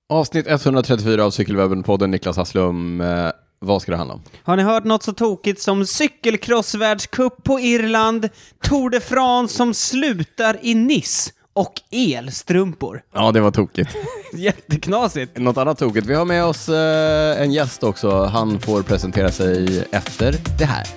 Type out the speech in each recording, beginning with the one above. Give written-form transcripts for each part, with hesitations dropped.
Avsnitt 134 av Cykelwebben-podden. Niklas Hasslum. Vad ska det handla om? Har ni hört något så tokigt som cykelcrossvärldscup på Irland, Tour de France som slutar i Nice och elstrumpor? Ja, det var tokigt. Jätteknasigt. Något annat tokigt. Vi har med oss en gäst också. Han får presentera sig efter det här.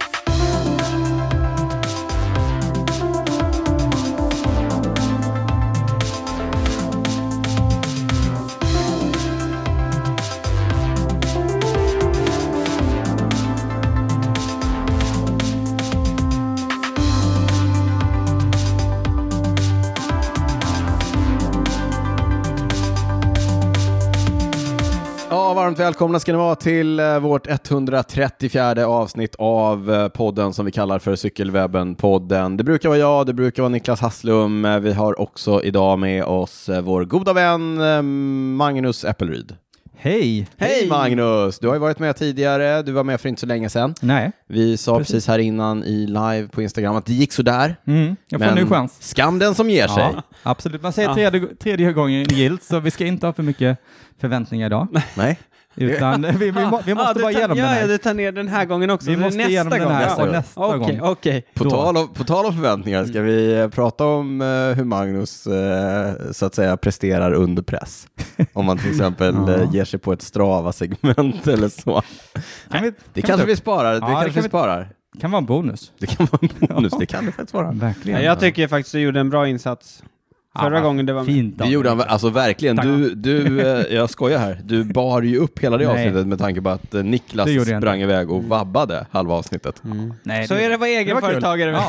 Varmt välkomna ska ni vara till vårt 134 avsnitt av podden som vi kallar för Cykelwebben-podden. Det brukar vara jag, det brukar vara Niklas Hasslum. Vi har också idag med oss vår goda vän Magnus Äppelryd. Hej! Hej Magnus! Du har ju varit med tidigare, du var med för inte så länge sedan. Nej. Vi sa precis här innan i live på Instagram att det gick så där. Jag får en ny chans. Skam den som ger sig. Ja, absolut. Man säger tredje gången gillt, så vi ska inte ha för mycket förväntningar idag. Nej. Utan vi måste bara igenom den här. Ja, du tar ner den här gången också. Vi måste igenom den här och nästa gång. Okej. På tal om förväntningar ska vi prata om hur Magnus så att säga presterar under press. Om man till exempel ger sig på ett Strava-segment eller så. Det kanske vi sparar. Det kan vara en bonus. Det kan vara en bonus, det kan det faktiskt vara. Verkligen. Jag tycker faktiskt du gjorde en bra insats. Förra gången det var fint. Det gjorde han, alltså verkligen. Du jag skojar här. Du bar ju upp hela det avsnittet med tanke på att Niklas sprang iväg och vabbade halva avsnittet. Nej, så är det att vara egenföretagare.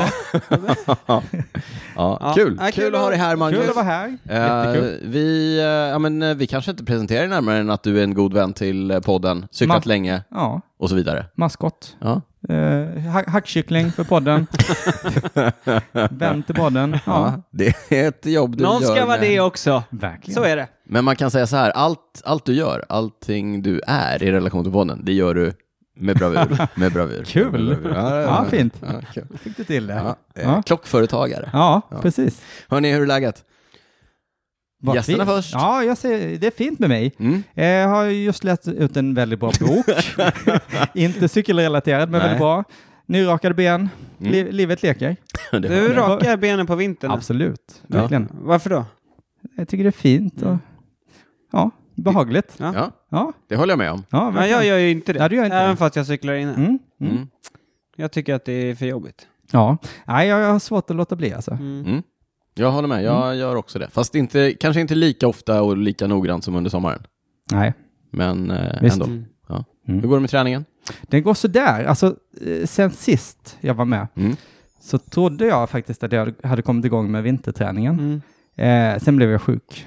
Kul att ha dig här, Magnus. Kul att vara här. Jättekul. Vi kanske inte presenterar närmare än att du är en god vän till podden. Cyklat länge och så vidare. Maskott. Ja. Hackkyckling för podden. Vän till podden. Ja, det är ett jobb du Någon gör. ska vara det också. Verkligen. Så är det. Men man kan säga så här, allt du gör, allting du är i relation till podden, det gör du med bravur. Kul. Ja, fint. Ja, kul. Fick du till det. Klockföretagare. Ja, precis. Hörrni, hur är läget? Gästerna först. Ja, jag ser, det är fint med mig. Jag har just läst ut en väldigt bra bok. Inte cykelrelaterad, men väldigt bra. Nyrakade ben. Livet leker. Du rakar benen på vintern? Absolut. Verkligen. Varför då? Jag tycker det är fint och behagligt. Ja, det håller jag med om. Ja, men jag gör ju inte det. Ja, du gör inte även det. fast jag cyklar inne. Jag tycker att det är för jobbigt. Ja, nej, jag har svårt att låta bli alltså. Jag håller med, jag gör också det. Fast kanske inte lika ofta och lika noggrant som under sommaren. Nej. Men ändå. Ja. Hur går det med träningen? Den går så där. Alltså, sen sist jag var med så trodde jag faktiskt att jag hade kommit igång med vinterträningen. Sen blev jag sjuk.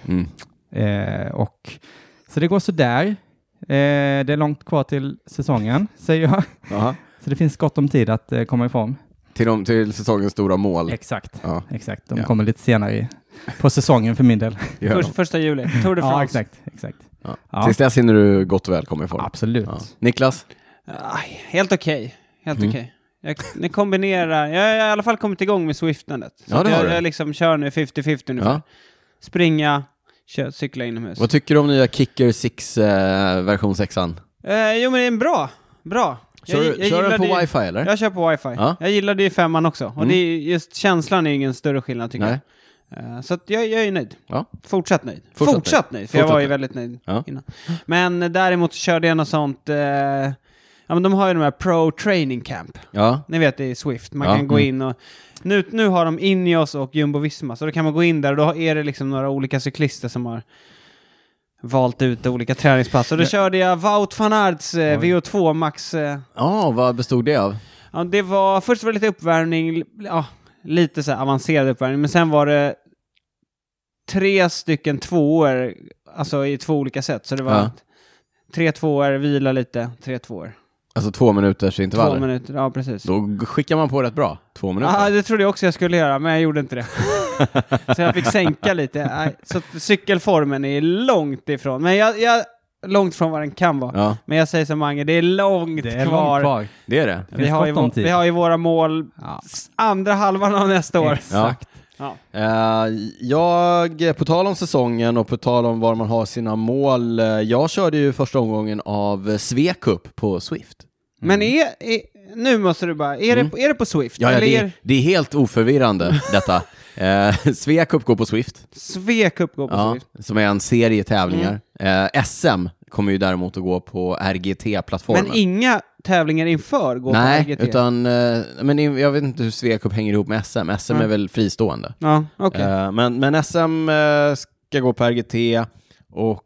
Så det går så där. Det är långt kvar till säsongen, säger jag. Så det finns gott om tid att komma ifrån. Till säsongens stora mål. Exakt. De kommer lite senare på säsongen för min del. Första juli. Tour de France. Ja, exakt. Ja. Tills dess hinner du gott och väl komma ifrån. Absolut. Ja. Niklas? Helt okej. Jag kombinerar. Jag har i alla fall kommit igång med swiftandet. Så jag liksom kör nu 50-50 ungefär. Springa, cykla inomhus. Vad tycker du om nya Kicker 6 version 6an? Jo, men det är bra. Kör den på wifi eller? Jag kör på wifi. Ja. Jag gillade ju 5an också. Och det är just känslan är ingen större skillnad tycker jag. Så att jag är nöjd. Ja. Fortsatt nöjd. För jag var ju väldigt nöjd innan. Men däremot körde jag något sånt... men de har ju de här Pro Training Camp. Ja. Ni vet, det är Swift. Man kan gå in och... Nu har de Ineos och Jumbo Visma. Så då kan man gå in där och då är det liksom några olika cyklister som har valt ut olika träningspass. Och då körde jag Wout van Aerts VO2 Max. Vad bestod det av? Ja, det var... Först var det lite uppvärmning. Ja, lite så här avancerad uppvärmning. Men sen var det 3 stycken 2-år. Alltså i 2 olika sätt. Så det var 3 2-år, vila lite, 3 2-år. Alltså 2 minuters intervaller? 2 minuter, ja precis. Då skickar man på rätt bra, 2 minuter. Ja, det trodde jag också jag skulle göra, men jag gjorde inte det. Så jag fick sänka lite. Så cykelformen är långt ifrån. Men jag långt från vad den kan vara. Ja. Men jag säger som Mange, det är långt kvar. Det är det. Vi har ju våra mål andra halvan av nästa år. Exakt. Jag, på tal om säsongen och på tal om var man har sina mål, jag körde ju första omgången av Svecup på Swift. Men nu måste du bara, är det på Swift? Ja, eller det är helt oförvirrande detta. Svecup går på Swift. Svecup går på Swift. Som är en serie tävlingar. SM kommer ju däremot att gå på RGT-plattformen. Men inga tävlingar inför går på RGT? Nej, utan men jag vet inte hur Svecup hänger ihop med SM. SM är väl fristående. Ja, okay. Men SM ska gå på RGT och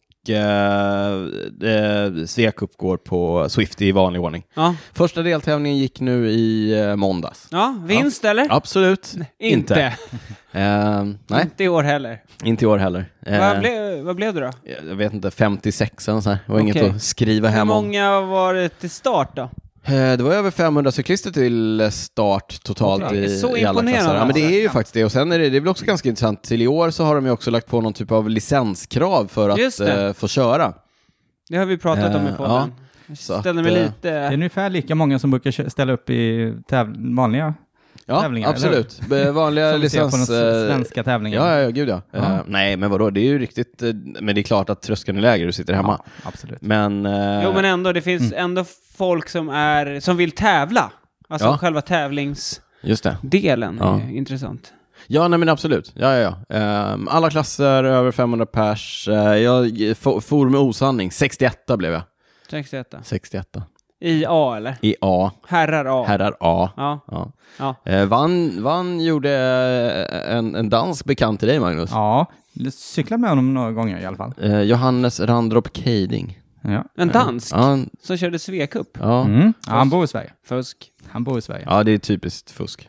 Svecup går på Swift i vanlig ordning. Ja. Första deltävlingen gick nu i måndags. Ja, vinst eller? Absolut. Inte. Nej. Inte i år heller. Inte i år heller. Vad blev det då? Jag vet inte, 56 eller så här. Det var inget att skriva hem om. Hur många var det till start då? Det var över 500 cyklister till start totalt i alla klasser. Ja, men det är ju faktiskt det. Och sen är det väl också ganska intressant. Till i år så har de ju också lagt på någon typ av licenskrav för att få köra. Det har vi pratat om i podden. Ställer mig lite... Det är ungefär lika många som brukar ställa upp i vanliga tävlingar. Absolut. Vanliga licens... svenska tävlingar. Ja, gud ja. Nej, men vadå? Det är ju riktigt... Men det är klart att tröskeln är lägre, du sitter hemma. Ja, absolut. Men... Jo, men ändå, det finns ändå folk som vill tävla. Alltså själva tävlingsdelen är intressant. Ja, nej men absolut. Ja. Alla klasser över 500 pers. Jag for med osanning. 61 blev jag. 61. I A eller? I A. Herrar A. Ja. Vann gjorde en dansk bekant till dig, Magnus. Ja, du cyklade med honom några gånger i alla fall. Johannes Randrup Keiding. Ja. En dansk som körde Svecup. Ja. Han bor i Sverige. Fusk. Han bor i Sverige. Ja, det är typiskt fusk.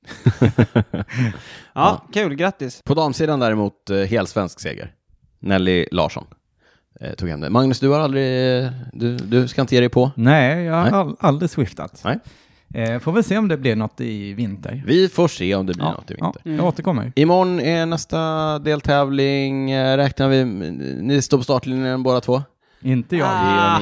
Kul, grattis. På damsidan däremot helt svensk seger. Nelly Larsson tog hem det. Magnus, du har aldrig... Du ska inte ge dig på? Nej, jag har aldrig swiftat. Nej. Får vi se om det blir något i vinter. Vi får se om det blir något i vinter. Jag återkommer. Imorgon är nästa deltävling. Räknar vi... Ni står på startlinjen båda två? Inte jag.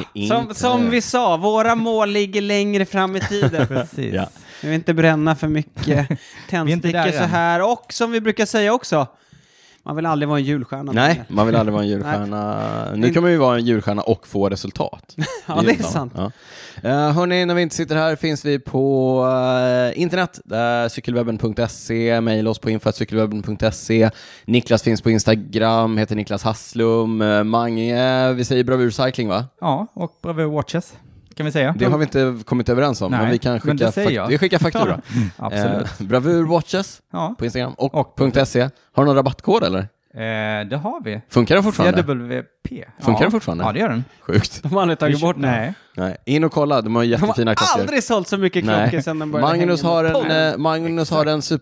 Som vi sa, våra mål ligger längre fram i tiden. Precis. Ja. Vi vill inte bränna för mycket tändstickor så här. Och som vi brukar säga också, man vill aldrig vara en julstjärna. Nej, man vill aldrig vara en julstjärna. Nu kan man ju vara en julstjärna och få resultat. Ja, det är sant. Ja. Hörrni, när vi inte sitter här finns vi på internet. Cykelwebben.se, mejl oss på info@cykelwebben.se. Niklas finns på Instagram, heter Niklas Hasslum. Mange, vi säger Bravur Cycling, va? Ja, och Bravur Watches. Kan vi säga. Det har vi inte kommit överens om. Nej, men vi kan skicka vi skickar faktura. Absolut. Bravur Watches på Instagram och .se. Har du någon rabattkod eller? Det har vi. Funkar den fortfarande? CWP. Funkar den fortfarande? Ja, det gör den. Sjukt. De har aldrig tagit bort den. Nej. In och kolla, de har jättefina klockor. De har aldrig sålt så mycket klockor sedan den började. Magnus har en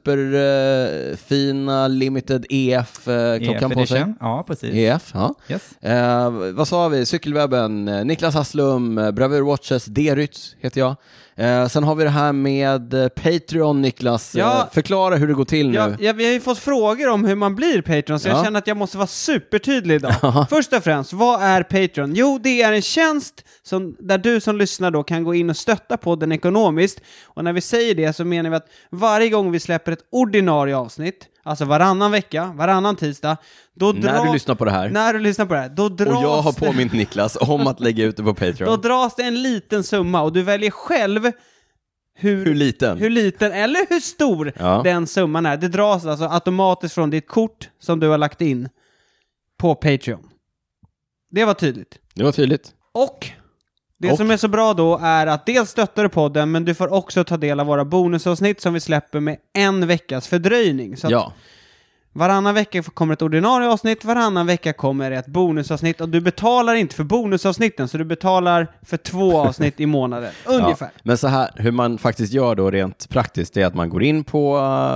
superfina limited EF-klockan på sig. Ja, precis. EF, ja. Yes. Vad sa vi? Cykelwebben, Niklas Hasslum, Bravur Watches, Derytz heter jag. Sen har vi det här med Patreon, Niklas. Förklara hur det går till nu. Vi har ju fått frågor om hur man blir Patreon, så jag känner att jag måste vara supertydlig idag. Först och främst, vad är Patreon? Jo, det är en tjänst där du som lyssnar då kan gå in och stötta podden ekonomiskt. Och när vi säger det så menar vi att varje gång vi släpper ett ordinarie avsnitt, alltså varannan vecka, varannan tisdag, när du lyssnar på det här, då dras och jag har påmint Niklas om att lägga ut det på Patreon. Då dras det en liten summa och du väljer själv hur liten eller hur stor den summan är. Det dras alltså automatiskt från ditt kort som du har lagt in på Patreon. Det var tydligt. Och det som är så bra då är att dels stöttar du podden, men du får också ta del av våra bonusavsnitt som vi släpper med en veckas fördröjning. Så att varannan vecka kommer ett ordinarie avsnitt, varannan vecka kommer ett bonusavsnitt, och du betalar inte för bonusavsnitten, så du betalar för 2 avsnitt i månaden, ungefär. Ja, men så här, hur man faktiskt gör då rent praktiskt är att man går in på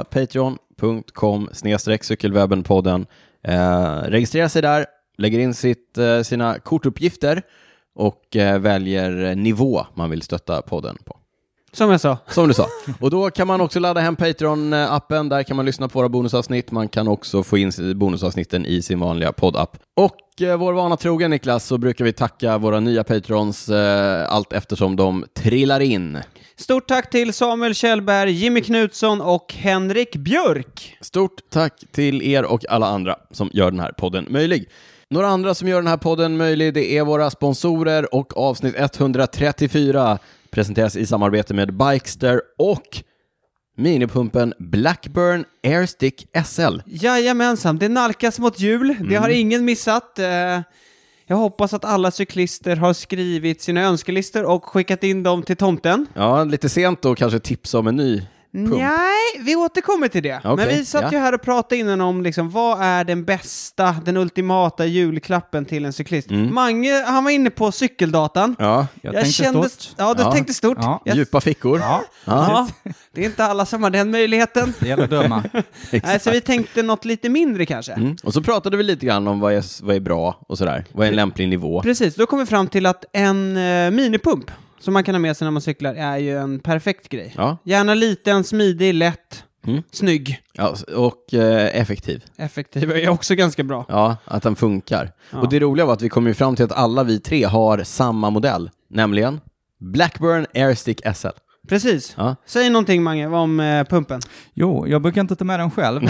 patreon.com/cykelwebbenpodden, registrerar sig där, lägger in sina kortuppgifter och väljer nivå man vill stötta podden på. Som jag sa. Som du sa. Och då kan man också ladda hem Patreon-appen. Där kan man lyssna på våra bonusavsnitt. Man kan också få in bonusavsnitten i sin vanliga poddapp. Och vår vana trogen, Niklas, så brukar vi tacka våra nya patrons allt eftersom de trillar in. Stort tack till Samuel Kjellberg, Jimmy Knutsson och Henrik Björk. Stort tack till er och alla andra som gör den här podden möjlig. Några andra som gör den här podden möjlig, det är våra sponsorer, och avsnitt 134 presenteras i samarbete med Bikester och minipumpen Blackburn Airstick SL. Jajamensan, det nalkas mot jul. Det har ingen missat. Jag hoppas att alla cyklister har skrivit sina önskelistor och skickat in dem till tomten. Ja, lite sent då kanske tipsa om en ny pump. Nej, vi återkommer till det. Okay, men vi satt ju här och pratade innan om liksom, vad är den bästa, den ultimata julklappen till en cyklist. Mange, han var inne på cykeldatan. Ja, jag tänkte stort. Ja, du tänkte stort. Ja. Djupa fickor. Ja. Det är inte alla som har den möjligheten. Det gäller att döma. Nej, så vi tänkte något lite mindre kanske. Och så pratade vi lite grann om vad är bra och sådär. Vad är en lämplig nivå? Precis, då kom vi fram till att en minipump som man kan ha med sig när man cyklar är ju en perfekt grej. Ja. Gärna liten, smidig, lätt, snygg. Ja, och effektiv. Effektiv är också ganska bra. Ja, att den funkar. Ja. Och det roliga var att vi kom ju fram till att alla vi tre har samma modell. Nämligen Blackburn Airstick SL. Precis. Ja. Säg någonting, Mange, om pumpen. Jo, jag brukar inte ta med den själv.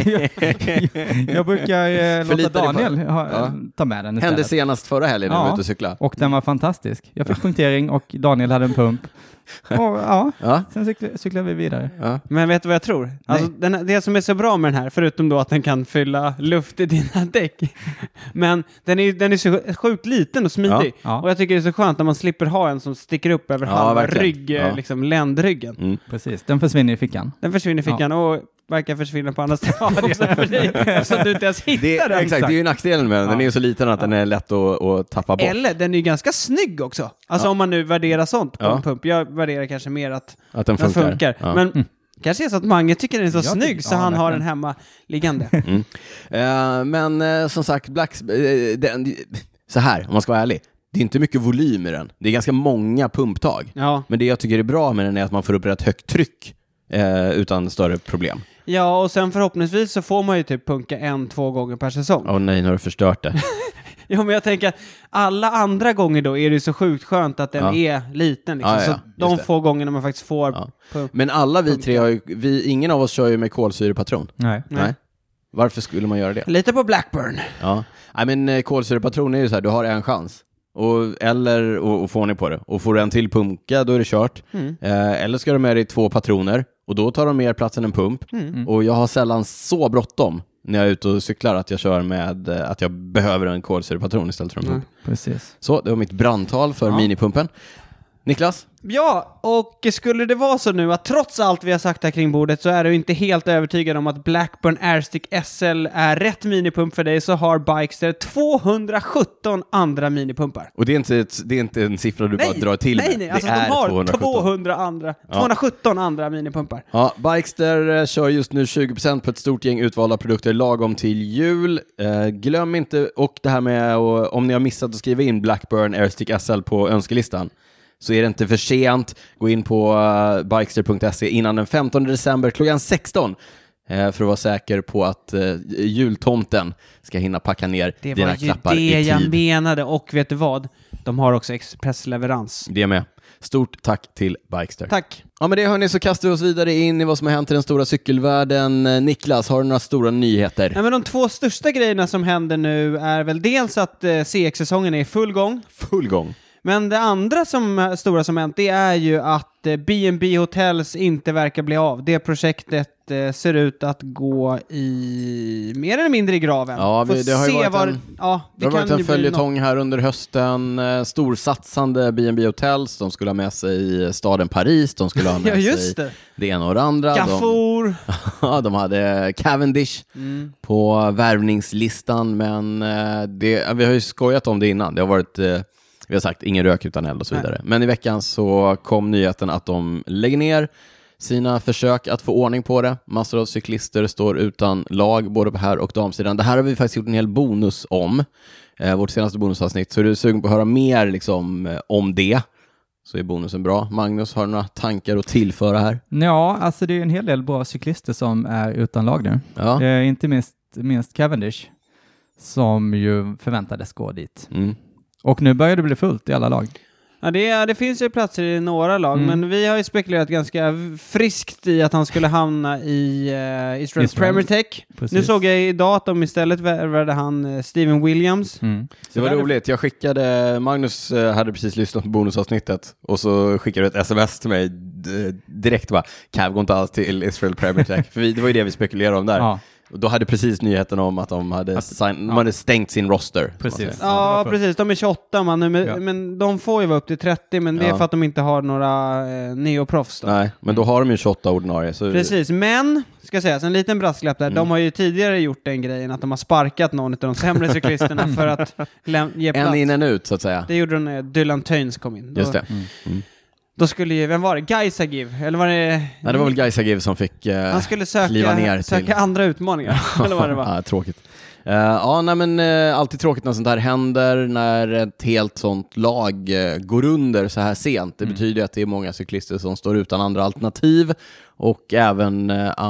jag brukar låta Daniel ta med den istället. Hände senast förra helgen när vi var ute och cykla. Och den var fantastisk. Jag fick punktering och Daniel hade en pump. Och sen cyklade vi vidare. Ja. Men vet du vad jag tror? Alltså, det som är så bra med den här, förutom då att den kan fylla luft i dina däck. Men den är så sjukt liten och smidig. Ja. Och jag tycker det är så skönt när man slipper ha en som sticker upp över halva rygg, liksom ländryggen. Precis, den försvinner i fickan. Och verkar försvinna på andra ställen också för dig. Så du inte ens hittar den. Exakt, det är ju nackdelen med den. Den är ju så liten att den är lätt att tappa bort. Eller, den är ju ganska snygg också. Alltså om man nu värderar sånt på en pump. Jag värderar kanske mer att den funkar. Ja. Men kanske är så att Mange tycker den är så snygg så han har den hemma liggande. Men som sagt, så här, om man ska vara ärlig. Det är inte mycket volym i den. Det är ganska många pumptag. Ja. Men det jag tycker är bra med den är att man får upp ett högt tryck utan större problem. Ja, och sen förhoppningsvis så får man ju typ punka 1-2 gånger per säsong. Åh nej, nu har du förstört det. Ja, men jag tänker alla andra gånger då är det så sjukt skönt att den är liten. Liksom. Så de få gångerna man faktiskt får Men alla vi tre har ju, ingen av oss kör ju med kolsyrepatron. Nej. Varför skulle man göra det? Lite på Blackburn. Ja, men kolsyrepatron är ju så här, du har en chans. Eller få ordning på det. Och får du en till punka, då är det kört. Eller ska du med dig 2 patroner. Och då tar de mer plats än en pump. Och jag har sällan så bråttom när jag är ute och cyklar att jag kör med att jag behöver en kolsyrepatron istället för en pump. Precis. Så, det var mitt brandtal för minipumpen. Niklas? Ja, och skulle det vara så nu att trots allt vi har sagt här kring bordet så är du inte helt övertygad om att Blackburn Airstick SL är rätt minipump för dig, så har Bikester 217 andra minipumpar. Och det är inte en siffra du bara drar till med. Nej, alltså de har 217 andra minipumpar. Ja, Bikester kör just nu 20% på ett stort gäng utvalda produkter lagom till jul. Glöm inte, och det här med, om ni har missat att skriva in Blackburn Airstick SL på önskelistan, så är det inte för sent. Gå in på bikester.se innan den 15 december klockan 16 för att vara säker på att jultomten ska hinna packa ner dina klappar i tid. Det var ju det jag menade, och vet du vad? De har också expressleverans. Det med. Stort tack till Bikester. Tack. Ja, men det hörni, så kastar vi oss vidare in i vad som har hänt i den stora cykelvärlden. Niklas, har du några stora nyheter? Ja, men de 2 största grejerna som händer nu är väl dels att CX-säsongen är i full gång. Full gång. Men det andra stora som hänt, det är ju att B&B Hotels inte verkar bli av. Det projektet ser ut att gå mer eller mindre i graven. Ja, det har ju varit en följetong här under hösten. Storsatsande B&B Hotels. De skulle ha med sig staden Paris. De skulle ha med sig det ena och det andra. Gafour. De hade Cavendish på värvningslistan. Men vi har ju skojat om det innan. Det har varit... Vi har sagt ingen rök utan eld och så vidare. Men i veckan så kom nyheten att de lägger ner sina försök att få ordning på det. Massor av cyklister står utan lag både på här och damsidan. Det här har vi faktiskt gjort en hel bonus om. Vårt senaste bonusavsnitt. Så är du sugen på att höra mer liksom, om det, så är bonusen bra. Magnus, har du några tankar att tillföra här? Ja, alltså det är en hel del bra cyklister som är utan lag nu. Ja. Inte minst Cavendish, som ju förväntades gå dit. Och nu börjar det bli fullt i alla lag. Ja, det finns ju platser i några lag, men vi har ju spekulerat ganska friskt i att han skulle hamna i Israel Premier Tech. Precis. Nu såg jag idag att de istället värvade han Steven Williams. Det var roligt. Jag skickade, Magnus hade precis lyssnat på bonusavsnittet och så skickade ett sms till mig direkt bara, Cav går inte alls till Israel Premier Tech. För det var ju det vi spekulerade om där. Ja. Och då hade precis nyheten om att de hade stängt sin roster. Precis. Ja, precis. De är 28 man nu, men de får ju vara upp till 30, men det är för att de inte har några neoproffs då. Nej, men då har de ju 28 ordinarie. Så precis, men ska säga en liten brasklapp där. De har ju tidigare gjort den grejen att de har sparkat någon av de sämre cyklisterna för att ge plats. En in, en ut så att säga. Det gjorde de när Dylan Teuns kom in. Just det. Då skulle ju, vem var det? Gaisagiv? Eller var det... Nej, det var väl Gaisagiv som fick han skulle kliva ner söka andra utmaningar. Eller vad det var. Ja, tråkigt. Alltid tråkigt när sånt här händer, när ett helt sånt lag går under så här sent. Det betyder att det är många cyklister som står utan andra alternativ och även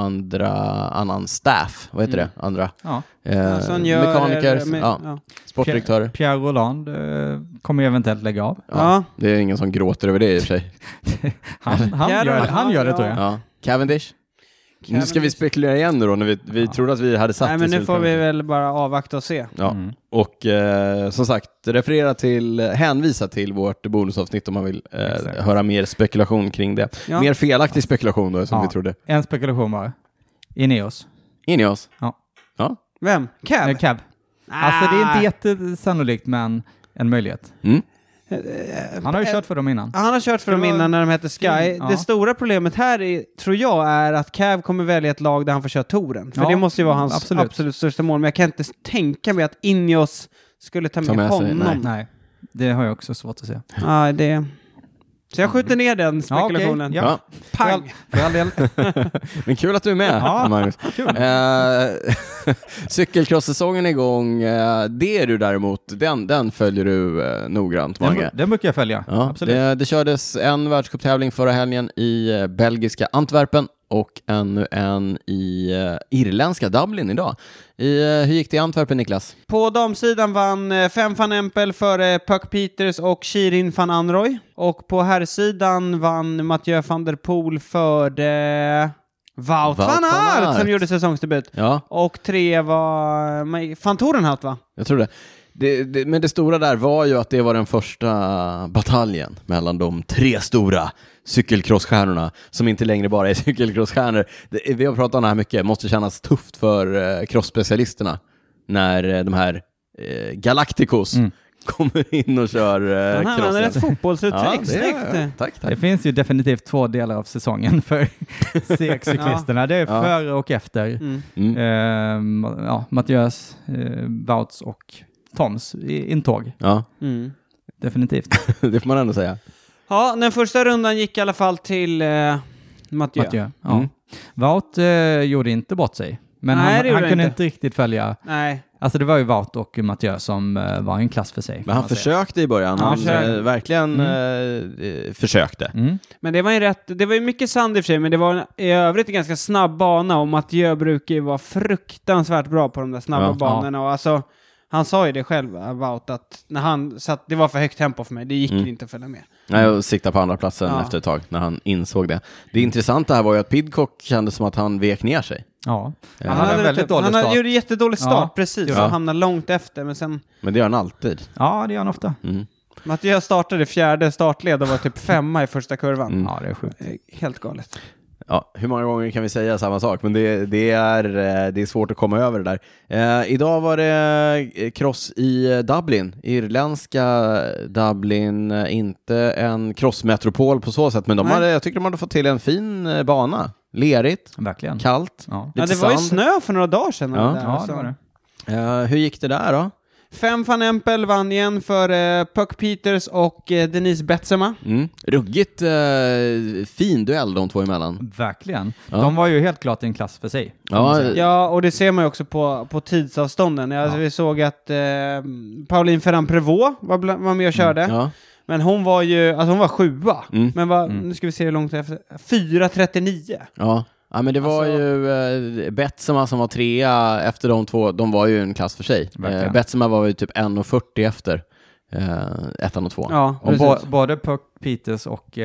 annan staff. Vad heter det? Andra mekaniker, sportdirektörer. Pierre Roland kommer eventuellt lägga av. Ja. Det är ingen som gråter över det i och för sig. han gör det tror jag. Ja. Cavendish. Nu ska vi spekulera igen nu då, när vi trodde att vi hade satt. Nej, men nu får vi väl bara avvakta och se. Ja. Och som sagt, hänvisa till vårt bonusavsnitt om man vill höra mer spekulation kring det. Ja. Mer felaktig spekulation då, som vi trodde. En spekulation bara. Ineos. Ja. Vem? Cav. Alltså det är inte jättesannolikt, men en möjlighet. Han har ju kört för dem innan. Han har kört för dem innan när de hette Sky. Ja. Det stora problemet här tror jag är att Cav kommer välja ett lag där han får köra touren. För det måste ju vara hans absolut största mål. Men jag kan inte tänka mig att Ineos skulle ta med honom. Nej, det har jag också svårt att se. Ja, så jag skjuter ner den spekulationen. Ja. Pang! För all del. Men kul att du är med, Magnus. Cykelcross-säsongen är igång. Det är du däremot. Den följer du nogrant, Mange. Den brukar jag följa. Ja, absolut. Det kördes en världscuptävling förra helgen i belgiska Antwerpen och ännu en i irländska Dublin idag. Hur gick det i Antwerpen, Niklas? På damsidan vann Fem van Empel före Puck Peters och Shirin van Anrooy. Och på herrsidan vann Mathieu van der Poel för Wout van Aert som gjorde säsongsdebut. Ja. Och 3 var Van Torenhout, va? Jag tror det. Men det stora där var ju att det var den första bataljen mellan de 3 stora cykelcrossstjärnorna som inte längre bara är cykelcrossstjärnor. Vi har pratat om det här mycket. Det måste kännas tufft för crossspecialisterna när de här Galacticos kommer in och kör cross. Han är ett fotbollsuttryck. Tack. Det finns ju definitivt 2 delar av säsongen för CX-cyklisterna. Det är före och efter. Mattias, Wouts och Toms intåg. Ja. Definitivt. Det får man ändå säga. Ja, den första rundan gick i alla fall till Mathieu. Ja. Wout gjorde inte bort sig. Men han kunde inte riktigt följa. Nej. Alltså det var ju Wout och Mathieu som var en klass för sig. Men han försökte i början. Han verkligen försökte. Men det var ju det var ju mycket sand i och för sig, men det var i övrigt en ganska snabb bana och Mathieu brukar ju vara fruktansvärt bra på de där snabba banorna. Och alltså, han sa ju det själv, Wout, att när han satt, det var för högt tempo för mig. Det gick inte att följa med. Nej, och sikta på andra platsen efter ett tag när han insåg det. Det intressanta här var ju att Pidcock kände som att han vek ner sig. Ja. Han hade en väldigt dålig start. Han gjorde jättedålig start, precis. Och hamnade långt efter. Men det gör han alltid. Ja, det gör han ofta. Mattias startade 4:e startled och var typ 5 i första kurvan. Ja, det är sjukt. Helt galet. Ja, hur många gånger kan vi säga samma sak? Men det är svårt att komma över det där. Idag var det cross i Dublin. Irländska Dublin, inte en crossmetropol på så sätt. Men jag tycker de hade fått till en fin bana. Lerigt, verkligen. Kallt. Ja, det var ju snö för några dagar sedan. Det var det. Hur gick det där då? Fem van Empel vann igen för Puck Peters och Denise Betsema. Ruggigt fin duell de två emellan. Verkligen. Ja. De var ju helt klart en klass för sig. Ja, och det ser man ju också på tidsavstånden. Alltså, vi såg att Pauline Ferrand-Prévot var med och körde. Men hon var ju, alltså hon var 7:a. Men nu ska vi se hur långt efter. 4:39. Ja. Ja, men det var ju Betsema som var 3:a efter de två. De var ju en klass för sig. Betsema var ju typ 1:40 efter 1:an och 2:an. Ja, och både Puck Peters och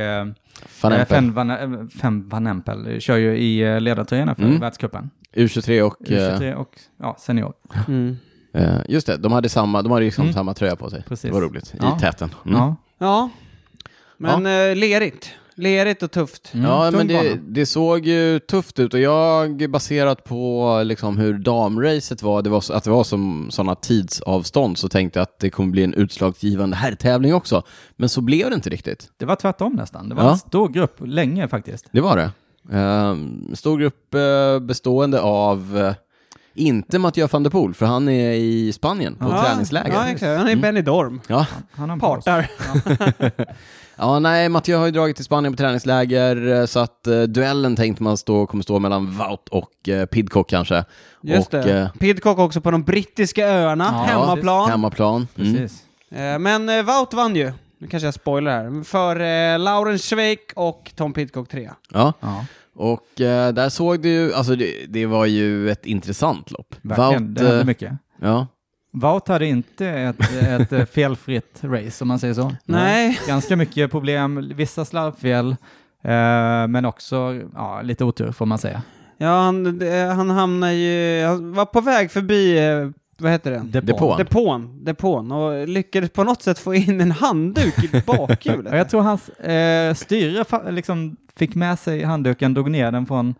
Van Empel kör ju i ledartröjorna för världscupen. U23 och senior. Just det, de hade liksom samma tröja på sig. Precis. Det var roligt, i täten. Ja, men lerigt och tufft. Ja, men det såg ju tufft ut, och jag baserat på liksom hur damracet var, att det var som sådana tidsavstånd, så tänkte jag att det kommer bli en utslagsgivande herrtävling också. Men så blev det inte riktigt. Det var tvärtom nästan. Det var en stor grupp länge faktiskt. Det var det. Stor grupp bestående av inte Mathieu van der Poel, för han är i Spanien på träningsläger. Ja, exakt. Han är i Benidorm. Ja. Han har partar. Ja, nej, Mathieu har ju dragit till Spanien på träningsläger, så att duellen tänkte man kommer stå mellan Wout och Pidcock kanske. Just det. Pidcock också på de brittiska öarna, hemmaplan. Precis. Men Wout vann ju. Nu kanske jag spoilar här. För Lauren Schweik och Tom Pidcock 3. Ja. Och där såg du ju, alltså det var ju ett intressant lopp. Verkligen, det hände mycket. Ja. Wout hade inte ett felfritt race, om man säger så. Nej. Ganska mycket problem, vissa slarvfel, men också lite otur får man säga. Ja, han hamnade ju, han var på väg förbi, vad heter det? Depån och lyckades på något sätt få in en handduk i bakhjulet. Jag tror hans styre liksom fick med sig handduken, drog ner den från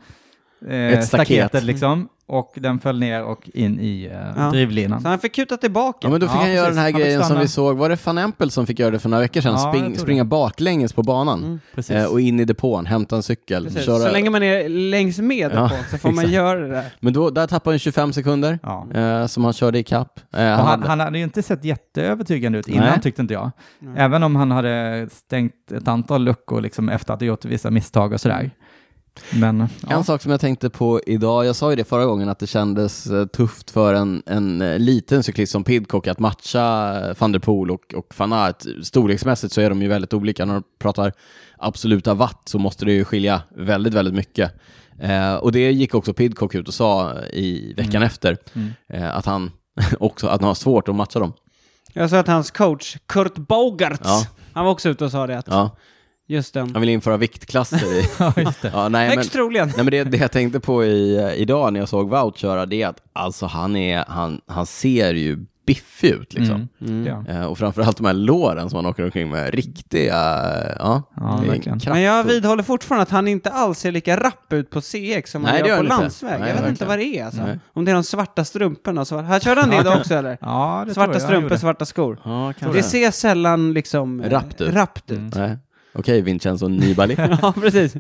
staketet liksom. Och den föll ner och in i drivlinan. Så han fick kuta tillbaka. Ja, men då fick han göra den här grejen som vi såg. Var det Van Empel som fick göra det för några veckor sedan? Springa baklänges på banan. Och in i depån, hämta en cykel. Köra... Så länge man är längs med depån så får man göra det där. Men där tappade han 25 sekunder som han körde i kapp. Han hade ju inte sett jätteövertygande ut innan, tyckte inte jag. Även om han hade stängt ett antal luckor liksom, efter att ha gjort vissa misstag och sådär. Men, en sak som jag tänkte på idag, jag sa ju det förra gången, att det kändes tufft för en liten cyklist som Pidcock att matcha Van der Poel och Van Aert. Storleksmässigt så är de ju väldigt olika. När de pratar absoluta watt så måste det ju skilja väldigt, väldigt mycket. Och det gick också Pidcock ut och sa i veckan efter att han har svårt att matcha dem. Jag sa att hans coach Kurt Bogarts, han var också ute och sa det att just den. Han vill införa viktklasser i. Just det. Högst troligen. Nej, men det jag tänkte på idag när jag såg Wout köra, det är att alltså han ser ju biffig ut liksom. Och framförallt de här låren som han åker omkring med, riktiga verkligen. Men jag vidhåller fortfarande att han inte alls ser lika rapp ut på CX som han gör på landsväg. Jag vet inte vad det är alltså. Om det är de svarta strumporna så. Här körde han det idag också eller? Ja, det svarta strumpor, svarta skor. Det ser sällan liksom rappt ut. Nej. Okej, Vincenzo Nibali. Ja, precis.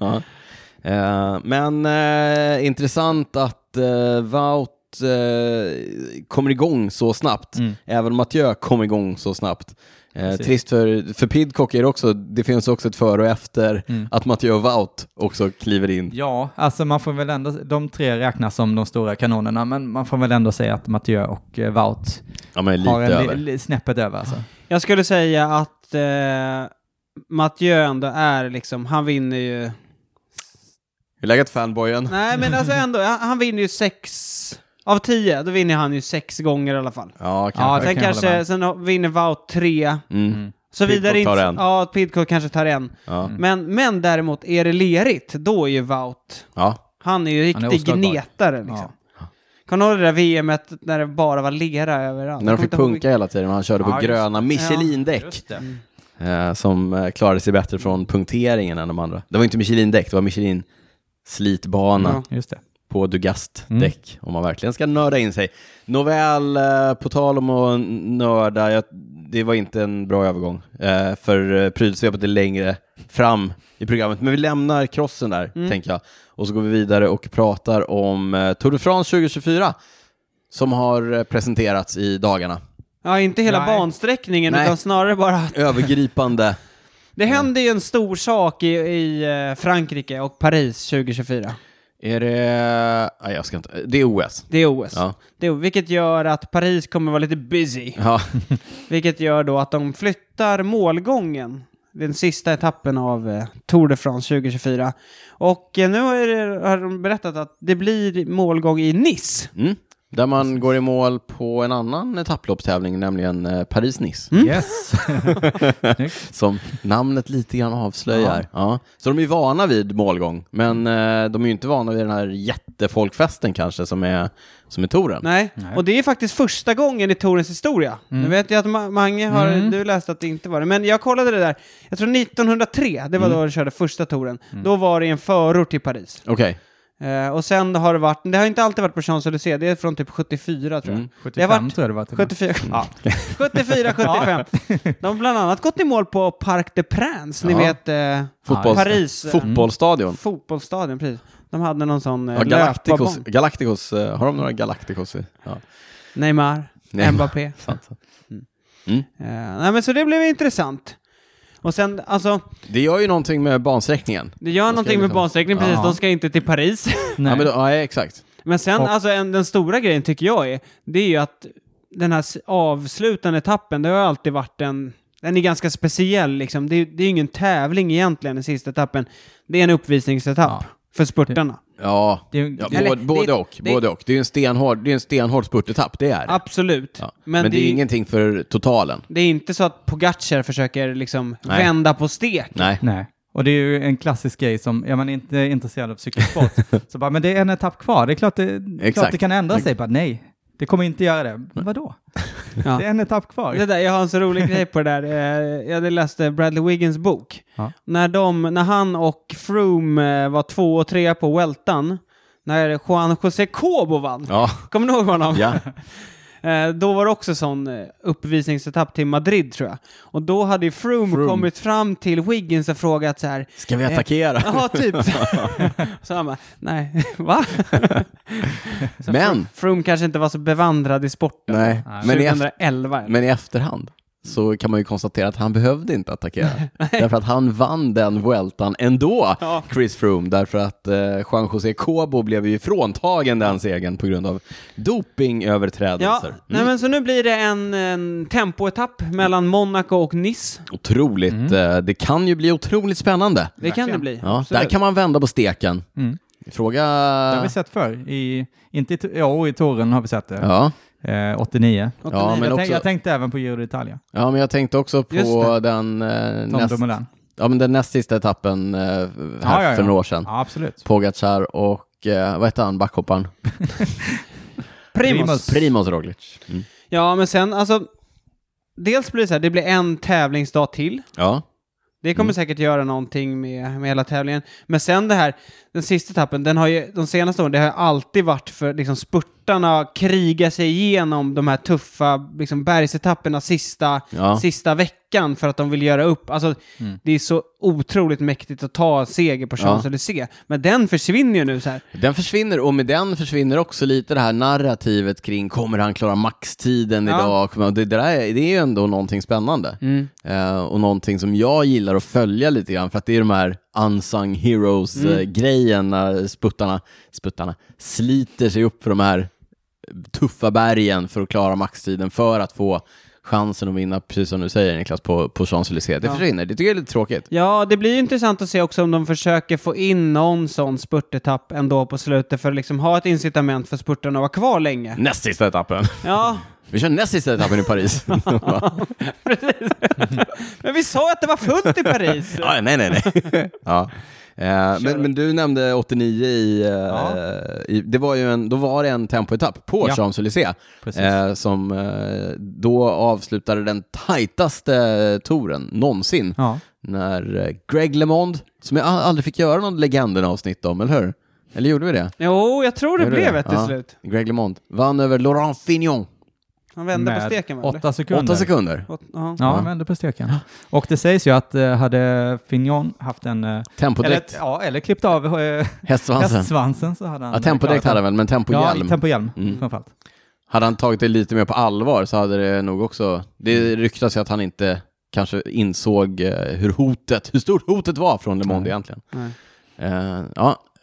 Men intressant att Wout kommer igång så snabbt. Även Mathieu kom igång så snabbt. Trist för Pidcock är det också. Det finns också ett före och efter att Mathieu och Wout också kliver in. Ja, alltså man får väl ändå, de tre räknas som de stora kanonerna, men man får väl ändå säga att Mathieu och Wout har snäppet över. Alltså. Jag skulle säga att Mathieu ändå är liksom, han vinner ju... Hur läget fanboyen? Nej, men alltså ändå, han vinner ju 6 av 10, då vinner han ju 6 gånger i alla fall. Sen vinner Wout 3. Så vidare inte. Ja, Pidcock kanske tar en. Men däremot är det lerigt, då är ju Wout. Han är ju riktig gnetare liksom. Kan du ihåg det där VM:et när det bara var lera överallt? När de fick punka hela tiden och han körde på gröna Michelin-däck. Som klarade sig bättre från punkteringen än de andra. Det var inte Michelin-däck, det var Michelin-slitbana på Dugast-däck. Om man verkligen ska nörda in sig. Nåväl, på tal om att nörda, det var inte en bra övergång. För prylsvepet är längre fram i programmet. Men vi lämnar crossen där, tänker jag. Och så går vi vidare och pratar om Tour de France 2024 som har presenterats i dagarna. Ja, inte hela bansträckningen utan snarare bara övergripande. Det hände ju en stor sak i Frankrike och Paris 2024. Är det... Nej, jag ska inte... Det är OS. Det är OS. Ja. Vilket gör att Paris kommer vara lite busy. Ja. Vilket gör då att de flyttar målgången. Den sista etappen av Tour de France 2024. Och nu har de berättat att det blir målgång i Nice. Mm. Där man går i mål på en annan etapploppstävling, nämligen Paris-Nice. Yes. Som namnet lite grann avslöjar. Ja. Så de är vana vid målgång, men de är ju inte vana vid den här jättefolkfesten kanske som är touren. Nej, och det är faktiskt första gången i tourens historia. Nu vet jag att Mange har du läst att det inte var det, men jag kollade det där. Jag tror 1903, det var då de körde första touren. Då var det en förort till Paris. Okej. Och sen har det har inte alltid varit på Champs-Élysées, det är från typ 74 tror jag. 75 tror jag det var. 74, ja. 74, 75. De har bland annat gått i mål på Parc des Princes, ni vet Paris. Fotbollsstadion, precis. De hade någon sån Galacticos, har de några Galacticos? Ja. Neymar. Mbappé. Nej, men så det blev intressant. Och sen, alltså... Det gör ju någonting med bansträckningen. Det gör någonting med bansträckningen, precis. De ska inte till Paris. Nej. Ja, men exakt. Men sen, alltså den stora grejen tycker jag det är ju att den här avslutande etappen, det har alltid varit den är ganska speciell liksom. Det är ju ingen tävling egentligen, den sista etappen. Det är en uppvisningsetapp för spurtarna. Ja, både och. Det är en stenhård spurtetapp, det är det. Absolut. Ja. Men det är ingenting för totalen. Det är inte så att Pogacar försöker liksom vända på stek. Nej. Och det är ju en klassisk grej som, är man inte intresserad av cykelsport så bara, men det är en etapp kvar. Det är klart det kan ändra sig. Bara, nej, det kommer inte göra det. Vadå? Det är en etapp kvar. Det där, jag har en så rolig grej på det där. Jag läste Bradley Wiggins bok. Ja. När han och Froome var 2 och 3 på Vueltan, när Juan José Cobo vann. Ja. Kommer ni ihåg honom? Ja. Då var det också sån uppvisningsetapp till Madrid tror jag. Och då hade ju Froome kommit fram till Wiggins och frågat så här: ska vi attackera? Ja, typ. Så han bara, nej, va? Men Froome kanske inte var så bevandrad i sporten. Nej. 2011. Men i efterhand så kan man ju konstatera att han behövde inte attackera. Därför att han vann den Vueltan ändå, Chris Froome. Därför att Juan José Cobo blev ju fråntagen den segern på grund av dopingöverträdelser. Nej, men så nu blir det en tempoetapp mellan Monaco och Nice. Otroligt. Det kan ju bli otroligt spännande. Det kan det bli. Ja, där kan man vända på steken. Fråga... Det har vi sett förr. I touren har vi sett det. Ja. 89. Ja, men jag tänkte även på Giro d'Italia. Ja, men jag tänkte också på den den näst sista etappen för några år sedan. Ja, absolut. Pogacar och vad heter han, backhopparen? Primoz Roglic. Ja, men sen alltså dels blir det så här, det blir en tävlingsdag till. Ja. Det kommer säkert göra någonting med hela tävlingen. Men sen det här, den sista etappen, den har ju de senaste åren, det har alltid varit för liksom spurtarna kriga sig igenom de här tuffa liksom bergsetapperna sista veckan för att de vill göra upp. Alltså det är så otroligt mäktigt att ta seger på Champs-Élysées. Men den försvinner ju nu så här. Den försvinner, och med den försvinner också lite det här narrativet kring kommer han klara maxtiden idag? Det är ju ändå någonting spännande. Och någonting som jag gillar att följa lite grann, för att det är de här unsung heroes-grejen när sputtarna sliter sig upp för de här tuffa bergen för att klara maxtiden för att få chansen att vinna, precis som du säger Niklas, på Champs-Élysées. Det försvinner. Det tycker jag är lite tråkigt. Ja, det blir intressant att se också om de försöker få in någon sån spurtetapp ändå på slutet för att liksom ha ett incitament för spurtarna att vara kvar länge. Näst sista etappen. Ja. Vi kör näst sista etappen i Paris. Precis. Men vi sa att det var fullt i Paris. Ja, nej. Ja. Men du nämnde 89 det var ju då var det en tempoetapp på Champs-Élysées som då avslutade den tajtaste touren någonsin när Greg LeMond, som jag aldrig fick göra någon legenden-avsnitt om, eller hur? Eller gjorde vi det? Jo, jag tror det blev ett till slut. Greg LeMond vann över Laurent Fignon. Han vände på steken, 8 sekunder. 8 sekunder. Han vände på steken. Och det sägs ju att hade Fignon haft en tempodräkt eller klippt av hästsvansen så hade han... Ja, tempodräkt hade han väl, men tempohjälm. Ja, tempohjälm framförallt. Hade han tagit det lite mer på allvar så hade det nog också... Det ryktas ju att han inte kanske insåg hur stort hotet var från Le Monde egentligen.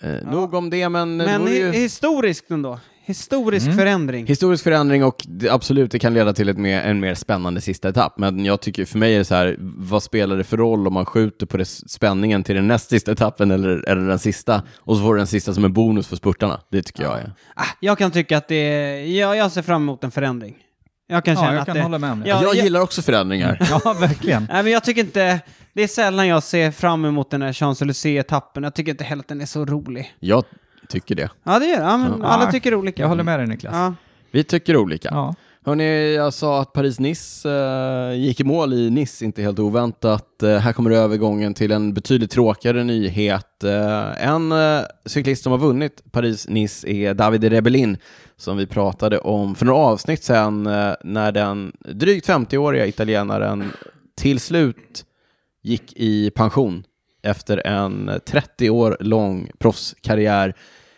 Nog om det, men historiskt ändå. Historisk förändring. Historisk förändring, och det kan leda till en mer spännande sista etapp. Men jag tycker, för mig är det så här, vad spelar det för roll om man skjuter på spänningen till den näst sista etappen eller den sista, och så får den sista som en bonus för spurtarna. Det tycker jag är. Jag kan tycka att jag ser fram emot en förändring. Jag kan känna jag kan hålla med om det. Jag gillar också förändringar. Ja, verkligen. Nej, men jag tycker inte... Det är sällan jag ser fram emot den här Champs-Élysées-etappen. Jag tycker inte heller att den är så rolig. Jag tycker det. Ja, det gör det. Ja, men alla tycker olika. Jag håller med dig, Niklas. Ja. Vi tycker olika. Ja. Hörrni, jag sa att Paris-Nice gick i mål i Nice, inte helt oväntat. Här kommer övergången till en betydligt tråkigare nyhet. En cyklist som har vunnit Paris-Nice är David Rebellin, som vi pratade om för några avsnitt sedan, när den drygt 50-åriga italienaren till slut gick i pension efter en 30 år lång proffskarriär.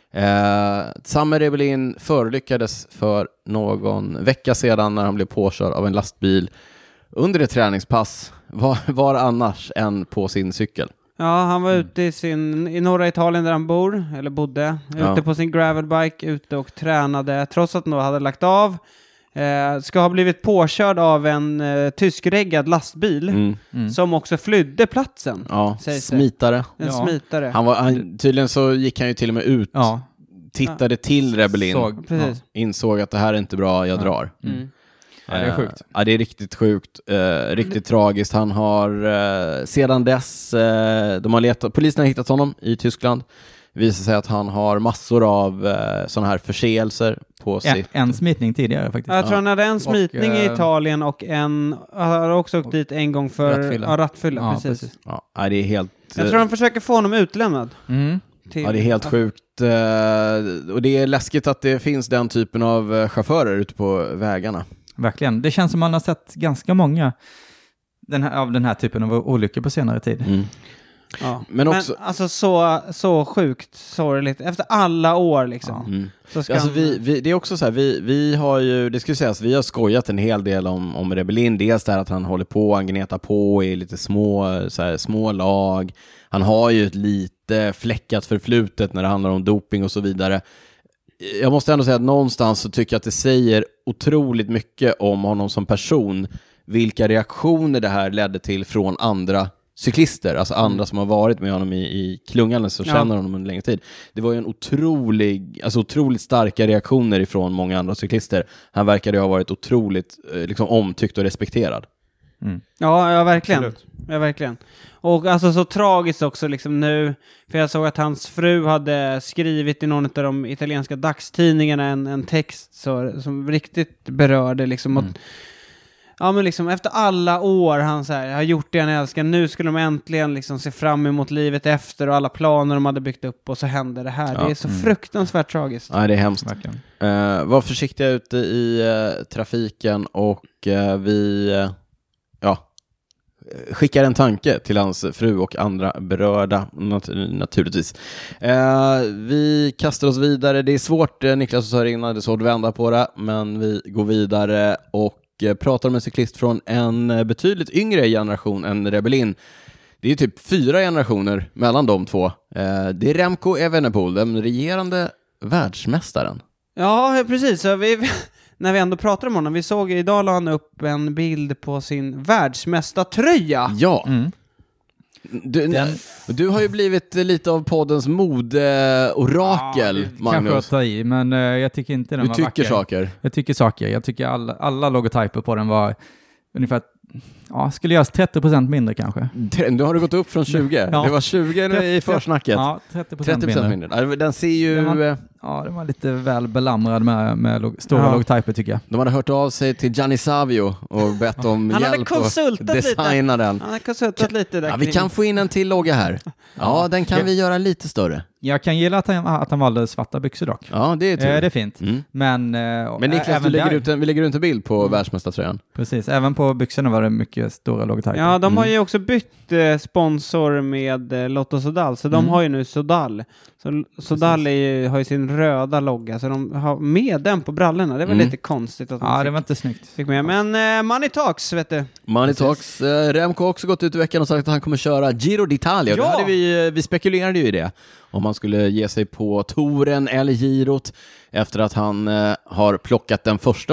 Samme Rebellin förolyckades för någon vecka sedan när han blev påkörd av en lastbil under ett träningspass. Var annars än på sin cykel. Ja, han var ute i norra Italien där han bodde. Ute på sin gravelbike, ute och tränade. Trots att han då hade lagt av. Ska ha blivit påkörd av en tyskreggad lastbil som också flydde platsen. Ja, smitare. Smitare. Tydligen så gick han ju till och med ut. Ja. Tittade till Rebellin. Insåg att det här är inte bra, jag drar. Ja, det är sjukt. Ja, det är riktigt sjukt. Riktigt tragiskt. Han har sedan dess, polisen har hittat honom i Tyskland. Visar sig att han har massor av sådana här förseelser på sig. En smitning tidigare faktiskt. Jag tror han hade en smitning i Italien och har också åkt dit en gång för rattfylla. Ja, precis. Ja, det är helt... Jag tror han försöker få honom utlämnad. Ja, det är helt sjukt. Och det är läskigt att det finns den typen av chaufförer ute på vägarna. Verkligen. Det känns som man har sett ganska många av den här typen av olyckor på senare tid. Ja. Men alltså så sjukt sorgligt efter alla år liksom. Så ska alltså det är också så här, vi har ju, det skulle sägas, vi har skojat en hel del om Rebellin. Dels där att han håller på, han gnetar på i lite små lag. Han har ju ett lite fläckat förflutet när det handlar om doping och så vidare. Jag måste ändå säga att någonstans så tycker jag att det säger otroligt mycket om honom som person, vilka reaktioner det här ledde till från andra cyklister, alltså andra som har varit med honom i klungan, så känner honom under längre tid. Det var ju en otroligt starka reaktioner ifrån många andra cyklister. Han verkade ha varit otroligt omtyckt och respekterad. Ja, verkligen. Ja, verkligen. Och alltså så tragiskt också liksom nu, för jag såg att hans fru hade skrivit i någon av de italienska dagstidningarna en text som riktigt berörde liksom ja, men liksom efter alla år han så här, har gjort det han älskar, nu skulle de äntligen liksom se fram emot livet efter och alla planer de hade byggt upp, och så hände det här. Det är så fruktansvärt tragiskt. Ja, det är hemskt. Var försiktiga ute i trafiken, och vi skickar en tanke till hans fru och andra berörda naturligtvis. Vi kastar oss vidare. Det är svårt, Niklas sa innan, det är svårt att vända på det, men vi går vidare och pratar om en cyklist från en betydligt yngre generation än Rebellin. Det är typ 4 generationer mellan de två. Det är Remco Evenepoel, den regerande världsmästaren. Ja, precis. Så när vi ändå pratar om honom, vi såg idag la han upp en bild på sin världsmästartröja. Ja. Du har ju blivit lite av poddens mode-orakel, Magnus. Kanske att ta i, men jag tycker inte den var vacker. Du tycker saker? Jag tycker saker. Jag tycker alla logotyper på den var ungefär, skulle göras 30% mindre kanske. Du har gått upp från 20. Det var 20 i försnacket. Ja, 30% mindre. Den ser ju... Den var lite väl belamrad med stora logotyper, tycker jag. De hade hört av sig till Gianni Savio och bett om hjälp att designa den. Han hade konsultat lite där. Ja, vi kan få in en till logga här. Ja, den kan vi göra lite större. Jag kan gilla att han valde svarta byxor dock. Ja, det är tur. Det är fint. Men Niklas, vi lägger ut en bild på världsmästartröjan. Precis, även på byxorna var det mycket stora logotyper. Ja, de har ju också bytt sponsor med Lotto Soudal, så de har ju nu Soudal. Så Soudal har ju sin den röda logga, så de har med den på brallorna. Det var lite konstigt att det var inte snyggt. Fick med. Men Money Talks, vet du. Money Talks. Remco har också gått ut i veckan och sagt att han kommer köra Giro d'Italia. Ja! Hade vi spekulerade ju i det. Om han skulle ge sig på touren eller girot efter att han har plockat den första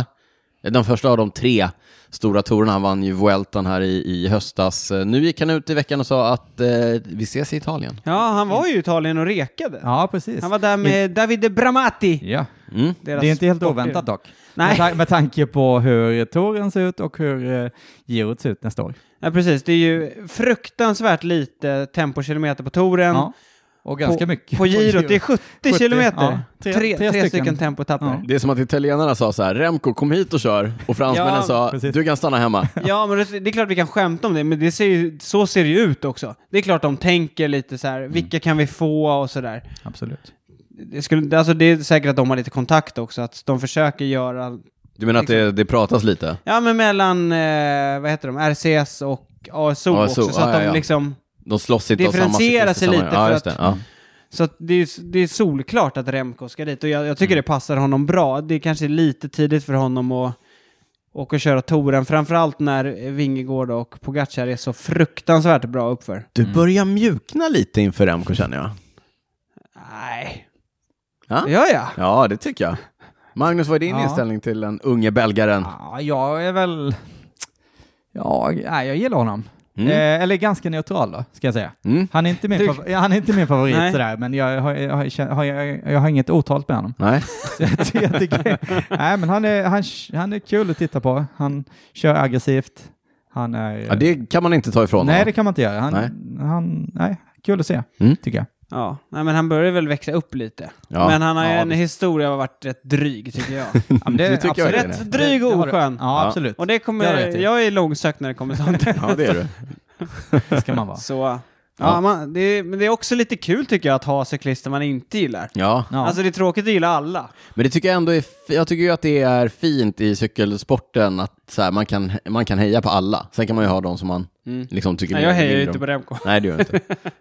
av de 3 stora touren. Han vann ju Vueltan här i höstas. Nu gick han ut i veckan och sa att vi ses i Italien. Ja, han var ju i Italien och rekade. Ja, precis. Han var där med Davide Bramati. Ja. Det är inte helt oväntat dock. Nej. Med tanke på hur touren ser ut och hur girot ser ut nästa år. Ja, precis. Det är ju fruktansvärt lite tempokilometer på touren. Ja. Och ganska mycket. På girot, det är 70 kilometer. Ja, tre stycken tempotappar. Ja. Det är som att italienarna sa så här: Remco, kom hit och kör. Och fransmännen sa, precis. Du kan stanna hemma. Ja, men det är klart vi kan skämta om det. Men så ser det ju ut också. Det är klart de tänker lite så här, vilka kan vi få och så där. Absolut. Det är säkert att de har lite kontakt också. Att de försöker göra... Du menar liksom, att det pratas lite? Ja, men mellan vad heter de? RCS och ASO också. Så att de liksom... De slåss inte differentiera sig lite för att, så att det är solklart att Remco ska dit och jag tycker det passar honom bra. Det är kanske lite tidigt för honom att åka och köra touren, framförallt när Vingegaard och Pogacar är så fruktansvärt bra uppför. Du börjar mjukna lite inför Remco, känner jag. Nej. Ja? Gör jag? Ja, det tycker jag. Magnus, vad är din inställning till den unge belgaren? Ja, jag är väl... jag gillar honom. Eller ganska neutral då, ska jag säga. Han är inte min favorit sådär, men jag har inget otalt med honom. Nej. Så jag tycker, men han är kul att titta på. Han kör aggressivt. Han är... det kan man inte ta ifrån. Nej, det kan man inte göra. Han kul att se, tycker jag. Ja, men han börjar väl växa upp lite. Ja. Men han har en historia av varit rätt dryg, tycker jag. Det tycker jag är rätt dryg och oskön. Ja, absolut. Och det kommer, jag är långsökt när det kommer sånt. Ja, det är du. Det ska man vara. Så, men det är också lite kul, tycker jag, att ha cyklister man inte gillar. Ja. Alltså det är tråkigt att gilla alla. Men det tycker jag ändå jag tycker ju att det är fint i cykelsporten att så här, man kan heja på alla. Sen kan man ju ha de som man liksom tycker. Nej, jag hejar ju inte på Remco. Nej, det gör jag inte.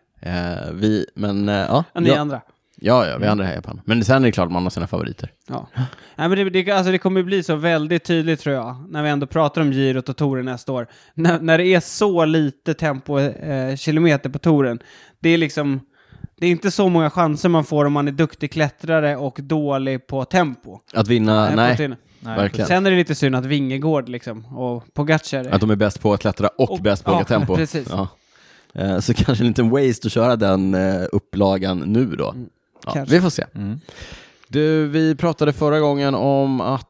Ni andra. Ja, vi andra hejar på honom. Men sen är det klart att man har sina favoriter. Ja. Nej, men det kommer bli så väldigt tydligt, tror jag, när vi ändå pratar om girot och touren nästa år. När det är så lite kilometer på touren. Det är liksom... Det är inte så många chanser man får om man är duktig klättrare och dålig på tempo. Att vinna, nej. Verkligen. Sen är det lite synd att Vingegaard liksom, och Pogacar... Att de är bäst på att klättra och bäst på att åka tempo. Precis. Ja. Så kanske en liten waste att köra den upplagan nu då. Vi får se. Du, vi pratade förra gången om att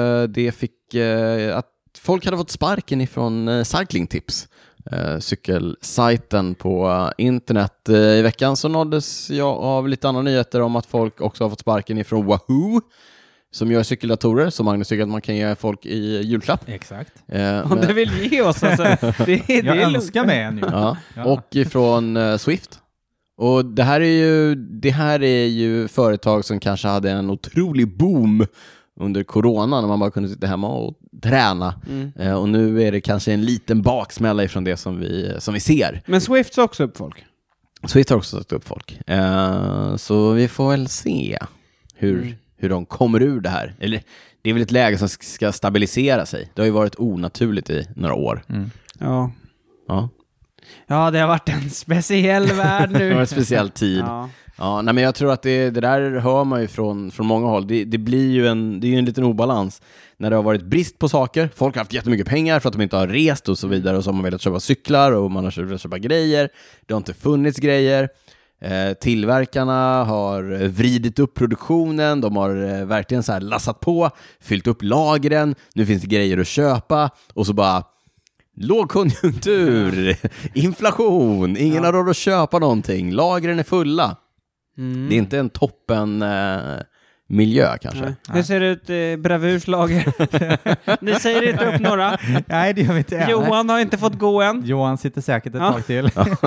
att folk hade fått sparken ifrån Cycling Tips, cykelsajten på internet. I veckan så nåddes jag av lite andra nyheter om att folk också har fått sparken ifrån Wahoo, som gör cykeldatorer, som Magnus tycker att man kan ge folk i julklapp. Exakt. Om du vill ge oss alltså. Jag önskar mig en. Ja. Och ifrån Swift. Och det här är ju företag som kanske hade en otrolig boom under corona, när man bara kunde sitta hemma och träna. Och nu är det kanske en liten baksmälla ifrån det som vi ser. Men Swift har också upp folk. Swift har också satt upp folk. Så vi får väl se hur de kommer ur det här. Eller det är väl ett läge som ska stabilisera sig. Det har ju varit onaturligt i några år. Ja, det har varit en speciell värld nu. Det var en speciell tid. Ja, men jag tror att det där hör man ju från många håll. Det blir ju en liten obalans när det har varit brist på saker. Folk har haft jättemycket pengar för att de inte har rest och så vidare, och så har man velat köpa cyklar och man har velat köpa grejer. Det har inte funnits grejer. Tillverkarna har vridit upp produktionen. De har verkligen så här lassat på, fyllt upp lagren. Nu finns det grejer att köpa, och så bara lågkonjunktur, inflation, ingen har råd att köpa någonting, lagren är fulla. Det är inte en toppen miljö kanske. Nej. Hur ser det ut i Bravurs lager? Ni säger inte upp några. Nej, det gör vi inte. Johan har inte fått gå än. Johan sitter säkert ett tag till.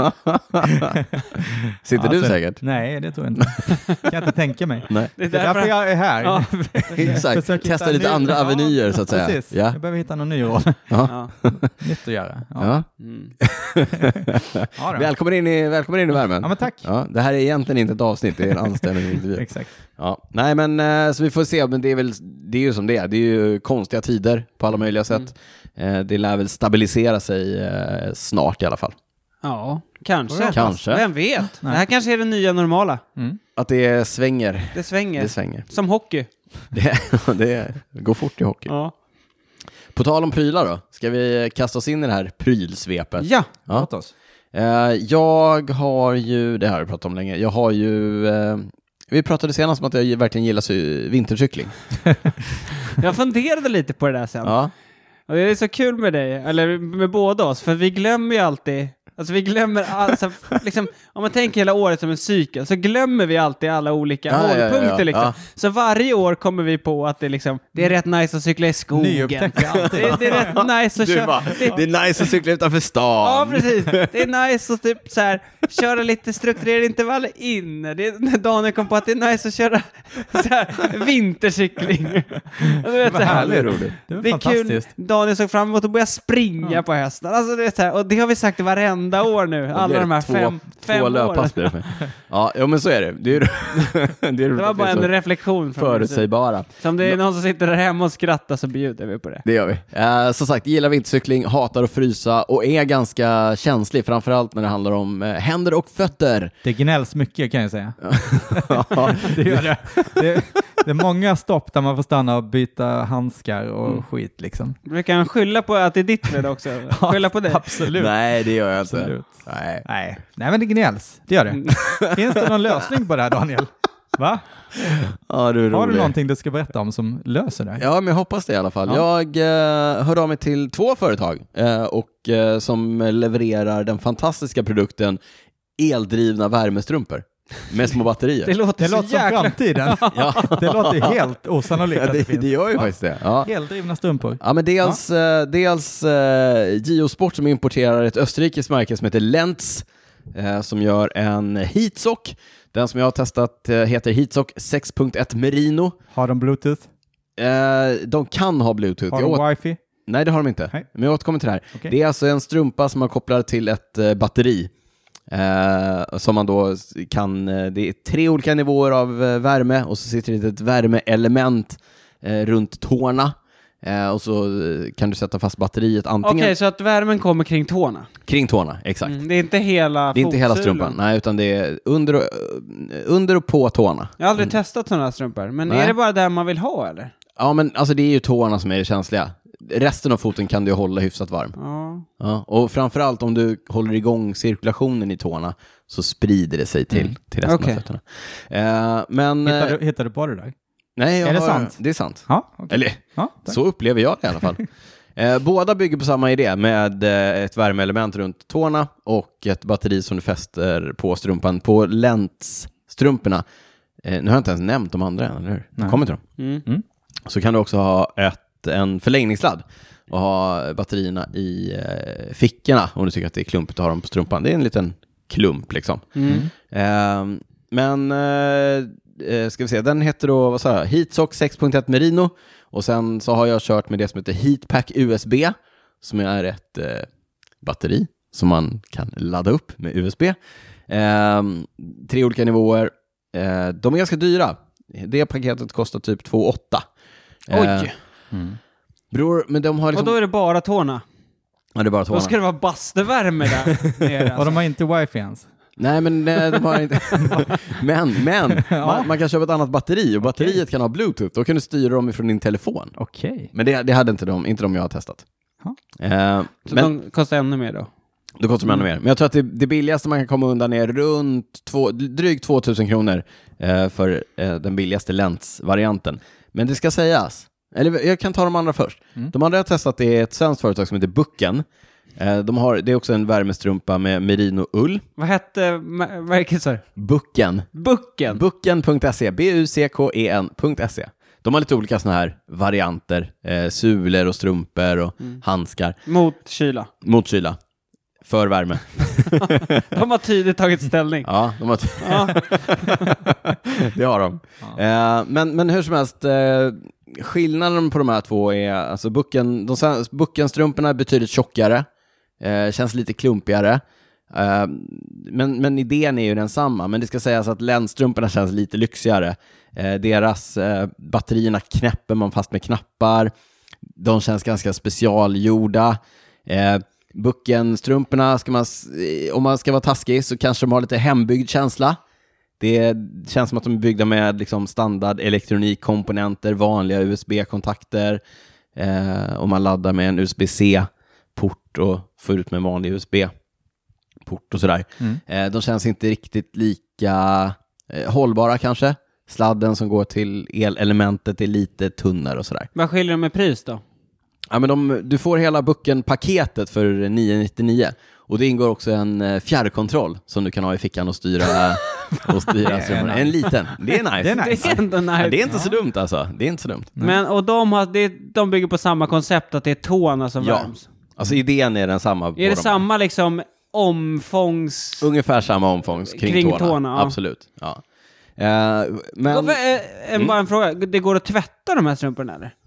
Sitter du säkert? Nej, det tror jag inte. Kan jag inte tänka mig. Nej. Det är därför jag är här. Ja. Exakt. Testa lite andra avenyer så att säga. Precis. Ja. Jag behöver hitta någon ny roll. Nytt att göra. Välkommen in i värmen. Ja, men tack. Ja, det här är egentligen inte ett avsnitt, det är en anställningsintervju. Exakt. Ja, nej men så vi får se, men det är ju som det är. Det är ju konstiga tider på alla möjliga sätt. Det lär väl stabilisera sig snart i alla fall. Ja, kanske. Vem vet? Nej. Det här kanske är det nya normala. Att det svänger. Det svänger. Som hockey. Det går fort i hockey. Ja. På tal om prylar då, ska vi kasta oss in i det här prylsvepet? Ja. Låt oss. Jag har ju, det här har vi pratat om länge, jag har ju, vi pratade senast om att jag verkligen gillar vintercykling. Jag funderade lite på det där sen. Ja. Och det är så kul med dig, eller med båda oss, för vi glömmer ju alltid. Alltså vi glömmer, alltså, liksom, om man tänker hela året som en cykel så glömmer vi alltid alla olika hållpunkter. Liksom. Så varje år kommer vi på att det, liksom, det är rätt nice att cykla i skogen. Det är rätt nice att köra. Det är nice att cykla utanför stan. Ja, precis. Det är nice att typ, så här, köra lite strukturerade intervaller inne. Det är när Daniel kom på att det är nice att köra så här, vintercykling. Och du vet, så här, det är roligt. Det är kul. Daniel såg fram emot att börja springa på hösten. Alltså, det är så här, och det har vi sagt i varenda år nu. Alla de här fem löppass blir det för. Ja, men så är det. Det var bara en reflektion förutsägbara. Som det är någon som sitter där hemma och skrattar så bjuder vi på det. Det gör vi. Som sagt, gillar vintercykling, hatar att frysa och är ganska känslig, framförallt när det handlar om händer och fötter. Det gnälls mycket kan jag säga. Det gör det. Det är många stopp där man får stanna och byta handskar och skit liksom. Du kan skylla på att det är ditt med också. Skylla på det. Absolut. Nej, det gör jag inte. Absolut. Nej, men det gnälls. Det gör det. Finns det någon lösning på det här, Daniel? Va? Ja, du är rolig. Har du någonting du ska berätta om som löser det? Ja, men jag hoppas det i alla fall. Ja. Jag hörde av mig till 2 företag som levererar den fantastiska produkten eldrivna värmestrumpor med små batterier. Det låter som framtiden. Ja. Det låter helt osannolikt att det finns. Det gör ju faktiskt det. Ja. Eldrivna strumpor. Ja, men dels Geosport som importerar ett österrikiskt märke som heter Lentz som gör en heatsock. Den som jag har testat heter Heatsock 6.1 Merino. Har de Bluetooth? De kan ha Bluetooth. Har de wifi? Nej, det har de inte. Nej. Men jag återkommer till det här. Okay. Det är alltså en strumpa som man kopplar till ett batteri. Som man då kan, det är 3 olika nivåer av värme och så sitter det ett värmeelement runt tårna. Och så kan du sätta fast batteriet antingen... Okej, så att värmen kommer kring tårna? Kring tårna, exakt. Det är inte hela Det är inte hela strumpan, nej, utan det är under och på tårna. Jag har aldrig testat sådana här strumpor, men är det bara där man vill ha, eller? Ja, men alltså det är ju tårna som är det känsliga. Resten av foten kan du hålla hyfsat varm. Ja, och framförallt om du håller igång cirkulationen i tårna så sprider det sig till resten av fötterna. Men... Hittar du på det där? Nej, är det sant? Det är sant. Ja, okay. Eller, så upplever jag det i alla fall. Båda bygger på samma idé med ett värmeelement runt tårna och ett batteri som du fäster på strumpan. På Lentz-strumporna, nu har jag inte ens nämnt de andra än, eller hur? Kommer till dem. Så kan du också ha en förlängningssladd och ha batterierna i fickorna om du tycker att det är klumpigt att ha dem på strumpan. Det är en liten klump liksom. Men ska vi se, den heter då, vad sa jag? Heatsock 6.1 Merino och sen så har jag kört med det som heter Heatpack USB som är ett batteri som man kan ladda upp med USB. 3 olika nivåer. De är ganska dyra. Det paketet kostar typ 2 800. Oj! Bror, men de har liksom... Och då är det bara tårna? Ja, det är bara tårna. Då ska det vara bastevärme där. Alltså. Och de har inte wifi ens? Nej, men de har inte... men man kan köpa ett annat batteri och batteriet kan ha Bluetooth. Då kan du styra dem ifrån din telefon. Okej. Men det hade inte de jag har testat. Så de kostar ännu mer då? Då kostar de ännu mer. Men jag tror att det billigaste man kan komma undan är runt drygt 2000 kronor för den billigaste Lentz-varianten. Men det ska sägas. Eller jag kan ta de andra först. De andra jag har testat är ett svenskt företag som heter Bucken. Det är också en värmestrumpa med merino-ull. Vad hette märket så? Bucken. Bucken.se. bucken.se. De har lite olika såna här varianter. Sulor och strumpor och handskar. Mot kyla. För värme. De har tidigt tagit ställning. Ja, det har de. Men hur som helst, skillnaden på de här två är alltså Buckenstrumporna är betydligt tjockare. Känns lite klumpigare. men idén är ju densamma. Men det ska sägas att länsstrumporna känns lite lyxigare. Deras batterierna knäpper man fast med knappar. De känns ganska specialgjorda. Buckenstrumporna, om man ska vara taskig så kanske de har lite hembyggd känsla. Det känns som att de är byggda med liksom standard elektronikkomponenter, vanliga USB-kontakter. Om man laddar med en USB-C-port och får ut med en vanlig USB-port och sådär. De känns inte riktigt lika hållbara kanske. Sladden som går till elelementet är lite tunnare och sådär. Vad skiljer de med pris då? Ja, men du får hela Bucken-paketet för 999. Och det ingår också en fjärrkontroll som du kan ha i fickan och styra en liten. Det är nice. Det är ändå nice. Ja, det är inte så dumt alltså. Det är inte så dumt. Men, och de bygger på samma koncept att det är tårna som värms. Alltså idén är densamma. Är det samma liksom omfångs... Ungefär samma omfångs kring tårna. Ja. Absolut, ja. Men... Bara en fråga. Det går att tvätta de här strumporna eller?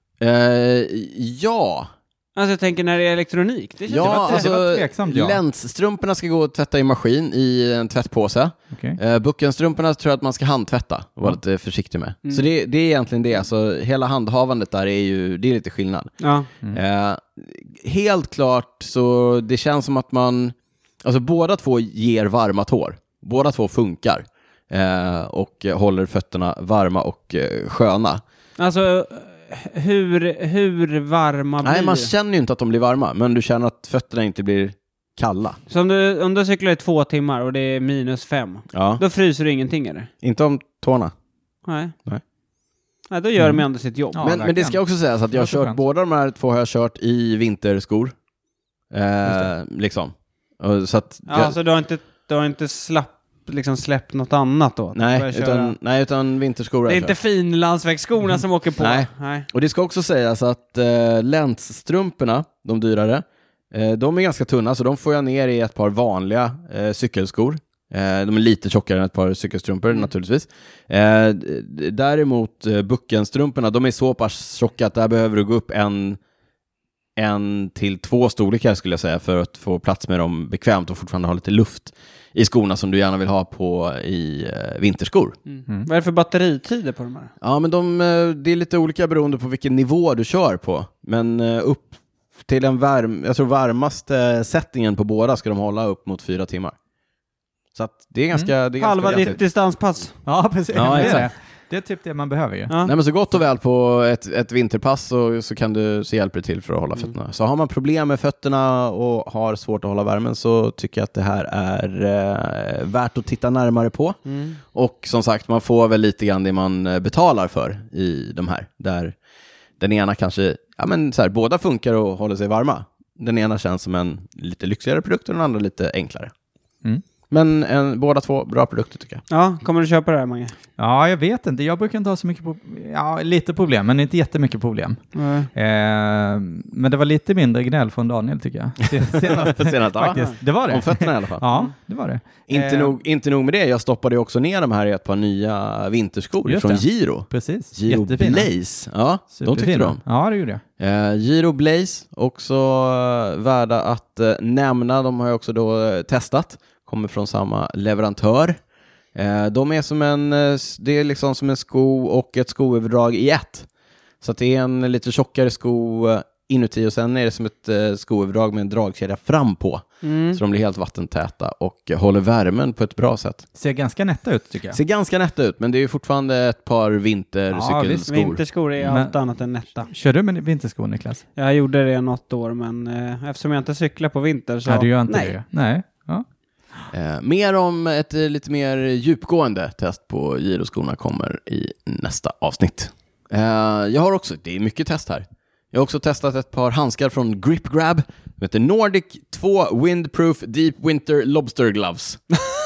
Ja. Alltså jag tänker när det är elektronik. Det känns det var tveksamt, länsstrumporna ska gå att tvätta i maskin i en tvättpåse. Okay. Buckenstrumporna tror jag att man ska handtvätta och vara lite försiktig med. Så det är egentligen det. Alltså, hela handhavandet där det är lite skillnad. Ja. Helt klart så det känns som att alltså båda två ger varma tår. Båda två funkar. Och håller fötterna varma och sköna. Alltså... Hur varma blir? Nej, man känner ju inte att de blir varma, men du känner att fötterna inte blir kalla. Så om du cyklar i 2 timmar och det är -5, då fryser du ingenting eller? Inte om tårna. Nej, då gör de ändå sitt jobb. Ja, men det ska också sägas att jag har kört båda de här 2 har jag kört i vinterskor. Liksom. Så att så du har inte släppt något annat då? Nej, utan vinterskor. Det är inte finlandsvägsskorna som åker på. Nej. Och det ska också sägas att länsstrumporna, de dyrare, de är ganska tunna, så de får jag ner i ett par vanliga cykelskor. De är lite tjockare än ett par cykelstrumpor naturligtvis. Däremot Buckenstrumporna, de är så pass tjocka att där behöver du gå upp en till 2 storlekar skulle jag säga för att få plats med dem bekvämt och fortfarande ha lite luft i skorna som du gärna vill ha i vinterskor. Vad är det för batteritider på de här? Ja, men det är lite olika beroende på vilken nivå du kör på. Men upp till jag tror varmaste settingen på båda ska de hålla upp mot 4 timmar. Så att det är ganska... Det är halva ditt distanspass. Ja, precis. Ja, exakt. Det är typ det man behöver ju. Ja. Nej, men så gott och väl på ett vinterpass så kan du så hjälper det till för att hålla fötterna. Så har man problem med fötterna och har svårt att hålla värmen så tycker jag att det här är värt att titta närmare på. Och som sagt, man får väl lite grann det man betalar för i de här. Där den ena kanske, båda funkar och håller sig varma. Den ena känns som en lite lyxigare produkt och den andra lite enklare. Men båda 2 bra produkter tycker jag. Ja, kommer du köpa det här, Mange? Ja, jag vet inte. Jag brukar inte ha så mycket lite problem, men inte jättemycket problem. Men det var lite mindre gnäll från Daniel tycker jag. Senast faktiskt. Det var det. Om fötterna i alla fall. Ja, det var det. Inte nog med det. Jag stoppade också ner de här i ett par nya vinterskor från Giro. Precis. Giro Blaze. Ja, de tyckte de. Ja, det gjorde jag. Giro Blaze, också värda att nämna. De har jag också då testat. Kommer från samma leverantör. De är det är liksom som en sko och ett skoöverdrag i ett. Så att det är en lite tjockare sko inuti och sen är det som ett skoöverdrag med en dragkedja fram på. Så de blir helt vattentäta och håller värmen på ett bra sätt. Ser ganska nätta ut tycker jag. Ser ganska nätta ut, men det är ju fortfarande ett par vintercykelskor. Vinterskor är allt annat än nätta. Kör du med vinterskor, Niklas? Jag gjorde det något år, men eftersom jag inte cyklar på vinter så... Ja, du gör inte det. Nej. Ja. Mer om ett lite mer djupgående test på Giro-skorna kommer i nästa avsnitt. Jag har också, det är mycket test här. Jag har också testat ett par handskar från Grip Grab. Det heter Nordic 2 Windproof Deep Winter Lobster Gloves.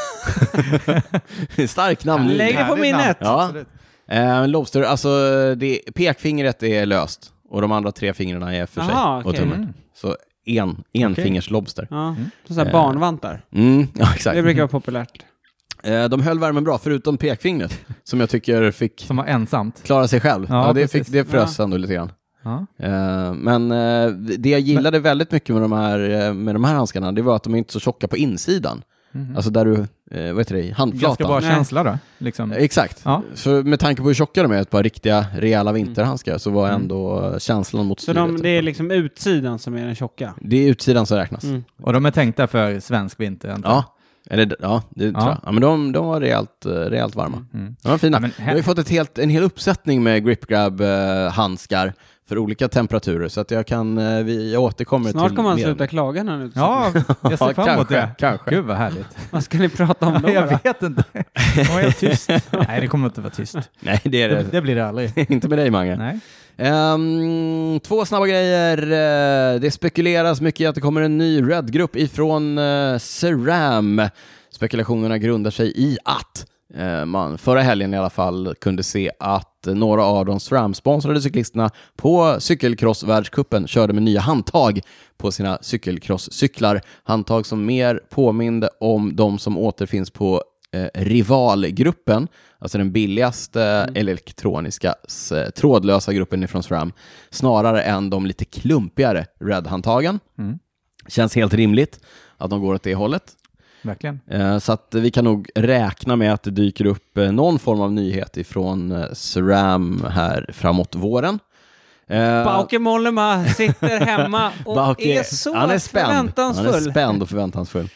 Stark namn. Lägg det på minnet. Ja. Lobster, alltså pekfingret är löst och de andra 3 fingrarna är för sig. Och tummen. Så en fingers lobster. Ja, så här barnvantar. Ja, exakt. Det brukar vara populärt. De höll värmen bra, förutom pekfingret som jag tycker fick... Som var ensamt. Klara sig själv. Ja, det frös ändå lite grann. Ja. Men det jag gillade väldigt mycket med de här handskarna, det var att de är inte så tjocka på insidan. Alltså där du, vad heter det, handflatan. Ganska bra känsla då. Liksom. Exakt. Ja. För med tanke på hur tjocka de är, ett par riktiga, rejäla vinterhandskar, så var ändå känslan mot styret. Så det är liksom utsidan som är den tjocka? Det är utsidan som räknas. Och de är tänkta för svensk vinter? Ja. Eller, det tror jag. Ja, men de var rejält varma. De var fina. Vi har ju fått en hel uppsättning med grip grab handskar för olika temperaturer, så att jag återkommer snart till kommer man sluta klaga när nu. Ja, jag ser fram emot det. Kanske. Gud vad härligt. Vad ska ni prata om då? Jag vet inte. Det var helt tyst. Nej, det kommer inte vara tyst. Nej, det blir det aldrig. Inte med dig, Mange. Nej. 2 snabba grejer. Det spekuleras mycket i att det kommer en ny Red-grupp ifrån SRAM. Spekulationerna grundar sig i att man förra helgen i alla fall kunde se att några av de SRAM-sponsrade cyklisterna på cykelcross-världscupen körde med nya handtag på sina cykelcross-cyklar. Handtag som mer påminde om de som återfinns på rivalgruppen, alltså den billigaste elektroniska trådlösa gruppen ifrån SRAM, snarare än de lite klumpigare Red-handtagen. Känns helt rimligt att de går åt det hållet. Verkligen. Så att vi kan nog räkna med att det dyker upp någon form av nyhet ifrån SRAM här framåt våren. Bauke Mollema sitter hemma och är så förväntansfull. Han är spänd och förväntansfull.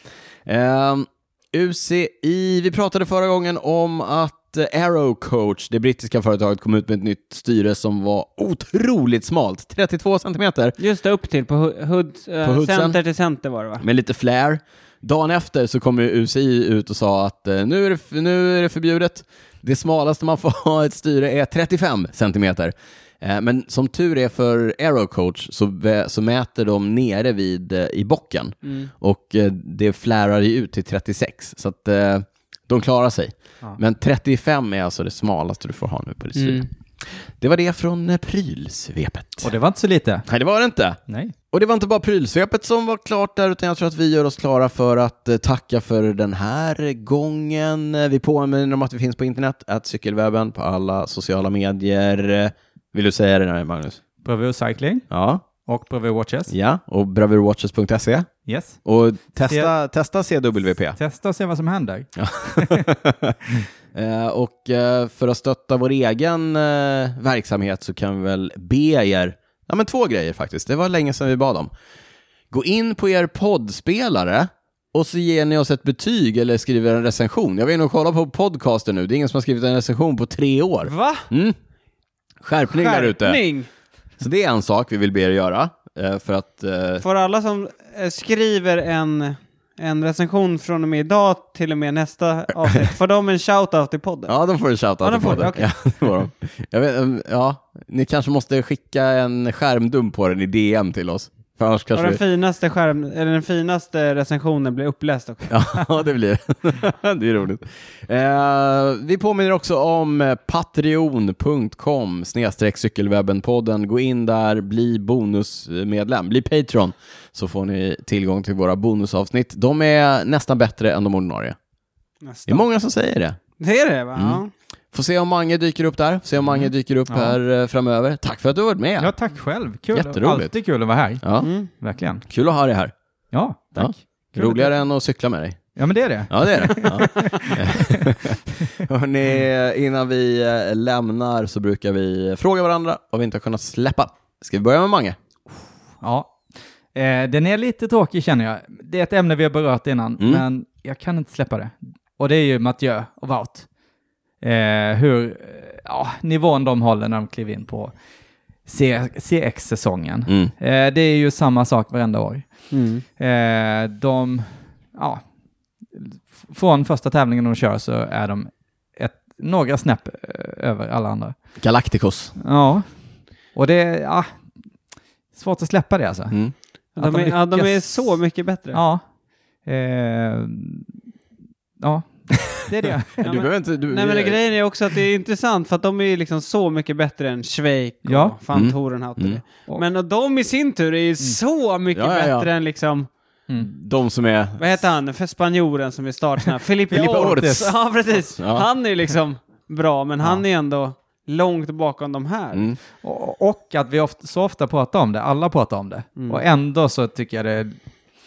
UCI, vi pratade förra gången om att Aero Coach, det brittiska företaget, kom ut med ett nytt styre som var otroligt smalt, 32 centimeter. Just det, upp till på center till center var det, va? Med lite flare. Dagen efter så kom UCI ut och sa att nu är det förbjudet. Det smalaste man får ha ett styre är 35 centimeter. Men som tur är för Aero Coach så mäter de nere i bocken. Och det flärar ju ut till 36. Så att de klarar sig. Ja. Men 35 är alltså det smalaste du får ha nu på det styret. Det var det från prylsvepet. Och det var inte så lite. Nej, det var det inte. Nej. Och det var inte bara prylsvepet som var klart där, utan jag tror att vi gör oss klara för att tacka för den här gången. Vi påminner om att vi finns på internet, @cykelwebben, på alla sociala medier. Vill du säga det nu, Magnus? Bravur Cycling. Ja. Och Bravur Watches. Ja, och bravurwatches.se. Yes. Och testa CWP. Testa och se vad som händer. Ja. Och för att stötta vår egen verksamhet så kan vi väl be er, 2 grejer faktiskt. Det var länge sedan vi bad om. Gå in på er poddspelare och så ger ni oss ett betyg eller skriver en recension. Jag vill nog kolla på podcasten nu. Det är ingen som har skrivit en recension på 3 år. Va? Skärpning där ute. Så det är en sak vi vill be er göra. För att... För alla som skriver en recension från och med idag till och med nästa avsnitt, får de en shoutout i podden? Ja, de får en shoutout i podden. Okay. Ja, det får de. Jag vet, ni kanske måste skicka en skärmdump på den i DM till oss. För annars kanske den finaste recensionen blir uppläst också. Ja, det blir det är roligt. Vi påminner också om patreon.com/cykelwebbenpodden. Gå in där, bli bonusmedlem, bli Patreon, så får ni tillgång till våra bonusavsnitt. De är nästan bättre än de ordinarie. Det är många som säger det. Det är det, va? Ja. Får se om Mange dyker upp där. Se om Mange dyker upp här framöver. Tack för att du har varit med. Ja, tack själv. Kul. Jätteroligt. Alltid kul att vara här. Ja. Verkligen. Kul att ha dig här. Ja, tack. Ja. Roligare än att cykla med dig. Ja, men det är det. Ja, det är det. Ja. Hörrni, innan vi lämnar så brukar vi fråga varandra vad vi inte har kunnat släppa. Ska vi börja med Mange? Ja. Den är lite tråkig, känner jag. Det är ett ämne vi har berört innan, men jag kan inte släppa det. Och det är ju Mathieu och Wout. Hur nivån de håller när de kliver in på CX-säsongen. Det är ju samma sak varenda år. Från första tävlingen de kör så är de några snäpp över alla andra. Galacticos. Ja, och det är svårt att släppa det alltså. De är så mycket bättre. Ja. Det är det. Men grejen är också att det är intressant för att de är liksom så mycket bättre än Schweik och Van Torenhout. Men de i sin tur är ju så mycket bättre än liksom de som är... Vad heter han? För spanjoren som är starten här. Felipe Orts. Ja, precis. Ja. Han är liksom bra, men han är ändå långt bakom de här. Och att vi så ofta pratar om det. Alla pratar om det. Och ändå så tycker jag det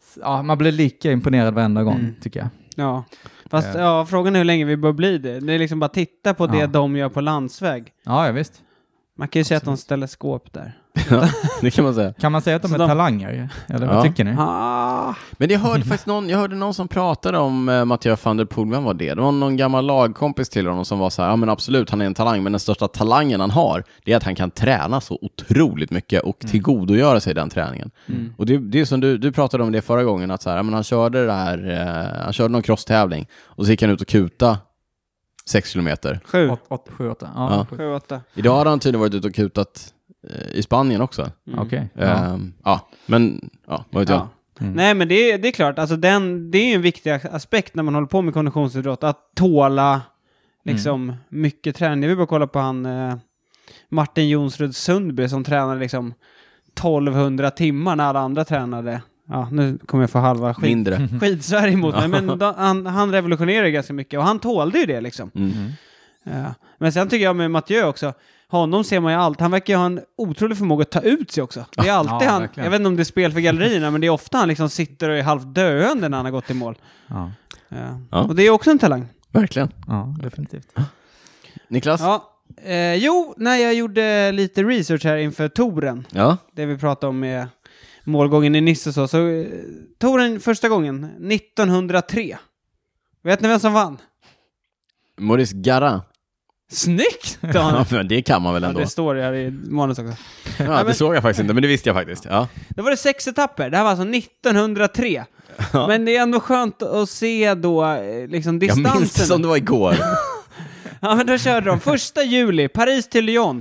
man blir lika imponerad varenda gång, tycker jag. Ja. Fast frågan är hur länge vi bör bli det. Det är liksom bara titta på det de gör på landsväg. Ja, visst. Man kan ju säga att de ställer skåp där. Ja, det kan man säga. Kan man säga att de är talanger? Eller vad tycker ni? Men jag hörde faktiskt någon som pratade om Mathieu van der Poel. Vem var det? Det var någon gammal lagkompis till honom som var så här, ja men absolut, han är en talang, men den största talangen han har, det är att han kan träna så otroligt mycket och tillgodogöra sig den träningen. Och det är som du pratade om det förra gången, att så här, ja, men han körde det här, han körde någon crosstävling och så gick han ut och kuta 6 kilometer. 7-8. Idag har han tydligen varit ute och kutat i Spanien också. Okej. Men vad vet jag. Nej, men det är klart. Alltså det är en viktig aspekt när man håller på med konditionsidrott. Att tåla liksom mycket träning. Jag vill bara kolla på han Martin Jonsrud Sundby som tränade liksom 1200 timmar när alla andra tränade. Ja, nu kommer jag få halva skitsvärg emot mig. Men han revolutionerade ganska mycket. Och han tålde ju det liksom. Ja. Men sen tycker jag med Mathieu också. Honom ser man ju allt. Han verkar ju ha en otrolig förmåga att ta ut sig också. Det är alltid han. Verkligen. Jag vet inte om det är spel för gallerierna, men det är ofta han liksom sitter och är halvt döende när han har gått i mål. Ja. Och det är också en talang. Verkligen. Ja, definitivt. Niklas? Ja. När jag gjorde lite research här inför touren. Ja. Det vi pratade om med målgången i Nice och så touren första gången 1903. Vet ni vem som vann? Maurice Garin. Snyggt! Ja, men det kan man väl ändå. Ja, det står här i manus också. Ja, det såg jag faktiskt inte, men det visste jag faktiskt. Ja. Det var det 6 etapper. Det här var alltså 1903. Ja. Men det är ändå skönt att se då liksom distansen. Jag minns det som det var igår. Ja, men då körde de 1 juli, Paris till Lyon.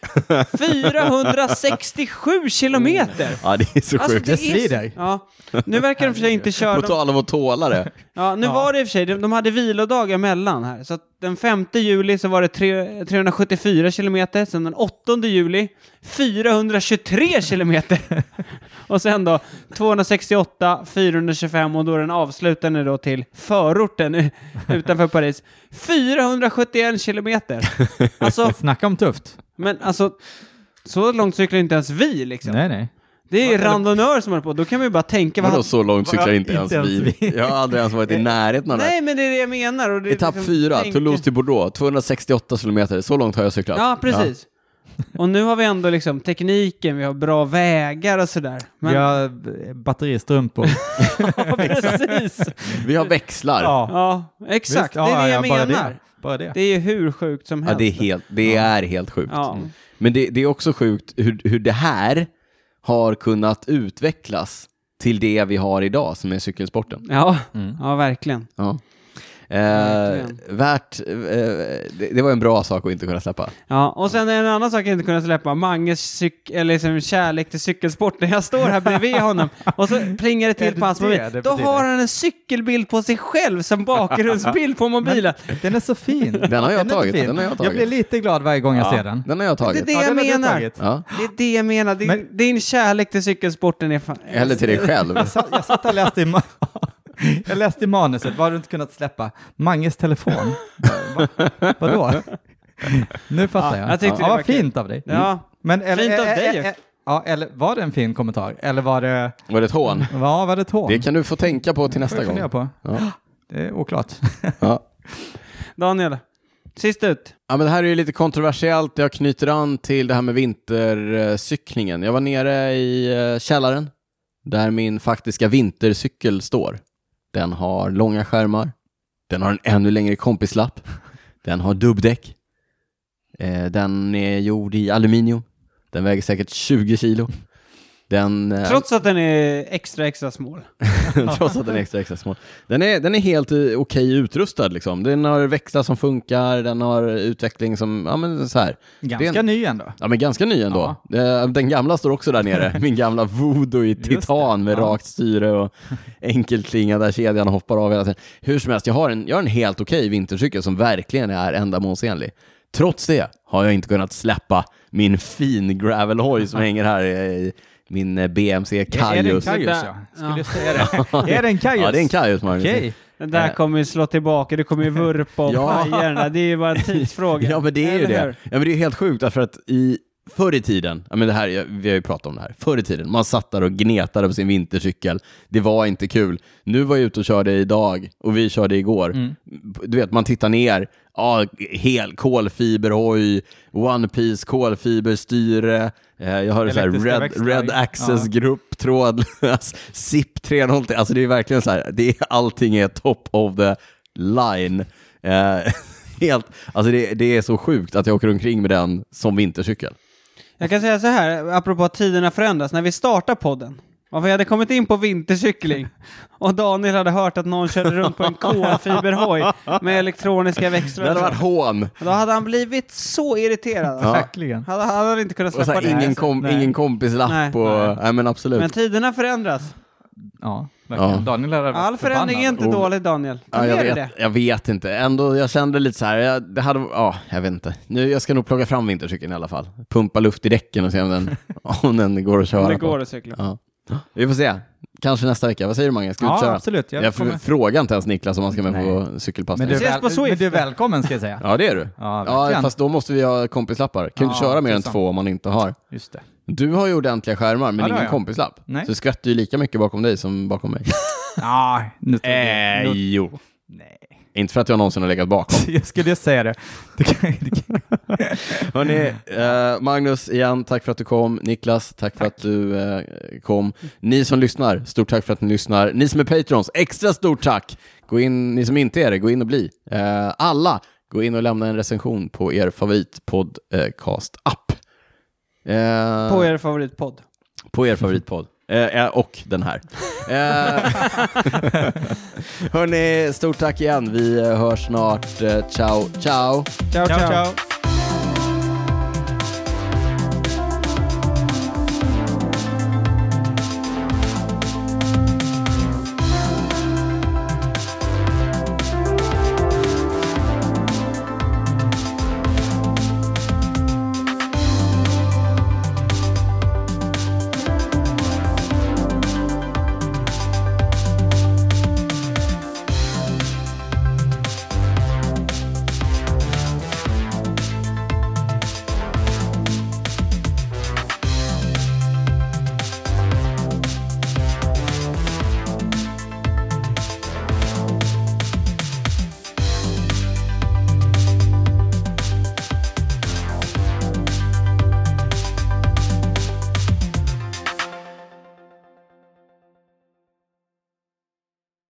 467 kilometer. Ja, det är så sjukt. Det svider. Ja. Nu verkar de för sig inte köra. På tal om att tåla det. Ja, nu var det i och för sig. De hade vilodagar mellan här. Så att den 5 juli så var det 374 kilometer. Sen den 8 juli 423 kilometer. Och sen då 268, 425 och då den avslutande då till förorten utanför Paris. 471 kilometer. Alltså, snacka om tufft. Men alltså, så långt cyklar inte ens vi liksom. Nej. Det är randonnör som håller på. Då kan man ju bara tänka... Vadå så långt cyklar inte ens vi? Jag har aldrig ens varit i närheten av det. Nej, men det är det jag menar. Och det etapp liksom 4, Toulouse till Bordeaux. 268 kilometer. Så långt har jag cyklat. Ja, precis. Ja. Och nu har vi ändå liksom tekniken. Vi har bra vägar och sådär. Men... Vi har batteristrumpor. Ja, precis. Vi har växlar. Ja, exakt. Det är det jag menar. Bara det. Det är hur sjukt som helst. Ja, det är helt sjukt. Ja. Men det är också sjukt hur det här har kunnat utvecklas till det vi har idag som är cykelsporten. Ja, ja verkligen. Ja. Det var en bra sak att inte kunna släppa. Ja, och sen en annan sak att inte kunna släppa. Manges liksom kärlek till cykelsporten. Jag står här bredvid honom och så plingar det till på hans mobil. Då har han en cykelbild på sig själv som bakgrundsbild på mobilen. Den är så fin. Den har jag tagit. Jag blir lite glad varje gång jag ser den. Den har jag tagit. Det är det jag menar. Ja. Det är det jag menar. Din kärlek till cykelsporten är eller till dig själv. Jag satt och läste jag läste i manuset, vad har du inte kunnat släppa? Manges telefon. Vadå? Nu fattar jag. Jag tyckte det var fint av dig. Ja, men, fint av dig. Eller var det en fin kommentar? Eller var det... Var det ett hån? Ja, var det ett hån? Det kan du få tänka på till nästa gång. På. Ja. Det är oklart. Ja. Daniel, sist ut. Ja, men det här är ju lite kontroversiellt. Jag knyter an till det här med vintercyklingen. Jag var nere i källaren där min faktiska vintercykel står. Den har långa skärmar. Den har en ännu längre kompislapp. Den har dubbdäck. Den är gjord i aluminium. Den väger säkert 20 kilo. Trots att den är extra smål. Trots att den är extra smål. Den är helt okej utrustad liksom. Den har växlar som funkar. Den har utveckling som, ja men så här. Ganska ny ändå. Ja men ganska ny ändå. Ja. Den gamla står också där nere. Min gamla Voodoo i titan med rakt styre och enkelklinga där kedjan hoppar av hela tiden. Hur som helst, jag har en helt okej vintercykel som verkligen är ändamålsenlig. Trots det har jag inte kunnat släppa min fin gravelhoj som hänger här i min BMC Kaius. Är det en Kaius, ja? Skulle jag säga det? Är det en Kaius? Ja, det är en Kaius, Magnus. Okay. Den där kommer ju slå tillbaka. Det kommer ju vurpa och pajerna. Det är ju bara en tidsfråga. Ja, men det är ju det. Ja, men det är helt sjukt därför att förr i tiden, men det här, vi har ju pratat om det här, förr i tiden, man satt där och gnetade på sin vintercykel, det var inte kul. Nu var jag ute och körde idag och vi körde igår. Du vet, man tittar ner, hel kolfiberhoj, One Piece kolfiberstyre, jag har så här Red Access grupp, trådlös, SIP 3.0, alltså det är verkligen så här, allting är top of the line. Helt, alltså det är så sjukt att jag åker omkring med den som vintercykel. Jag kan säga så här, apropå att tiderna förändras, när vi startar podden och vi hade kommit in på vintercykling och Daniel hade hört att någon körde runt på en kolfiberhoj med elektroniska växlar. Det hade varit hån. Då hade han blivit så irriterad. Ja. Verkligen. Hade han inte kunnat släppa det. Ingen kompislapp. Nej, men absolut. Men tiderna förändras. Ja, verkligen. Ja. Daniel är all förändring är inte dåligt, Daniel. Jag vet inte. Ändå, jag kände lite så här. Jag vet inte. Jag ska nog plocka fram vintercykeln i alla fall. Pumpa luft i däcken och se om den går att köra på. Det går att cykla. Ja. Vi får se. Kanske nästa vecka. Vad säger du, Mange? Ska du köra? Absolut. Jag frågar inte ens Niklas om man ska med på cykelpass. Men du är välkommen, ska jag säga. Ja, det är du. Ja, fast då måste vi ha kompislappar. Kan du köra mer än 2 om man inte har? Just det. Du har ju ordentliga skärmar, men ingen kompislapp. Nej. Så skvätter ju lika mycket bakom dig som bakom mig. Jo. Nej. Inte för att jag någonsin har legat bakom. Jag skulle säga det. Hörrni, Magnus igen, tack för att du kom. Niklas, tack för att du kom. Ni som lyssnar, stort tack för att ni lyssnar. Ni som är Patrons, extra stort tack. Gå in, ni som inte är det, gå in och bli. Alla, gå in och lämna en recension på er favoritpodcast-app. På er favoritpodd. På er favoritpodd. Och den här. Hörrni, stort tack igen. Vi hörs snart. Ciao, ciao. Ciao, ciao.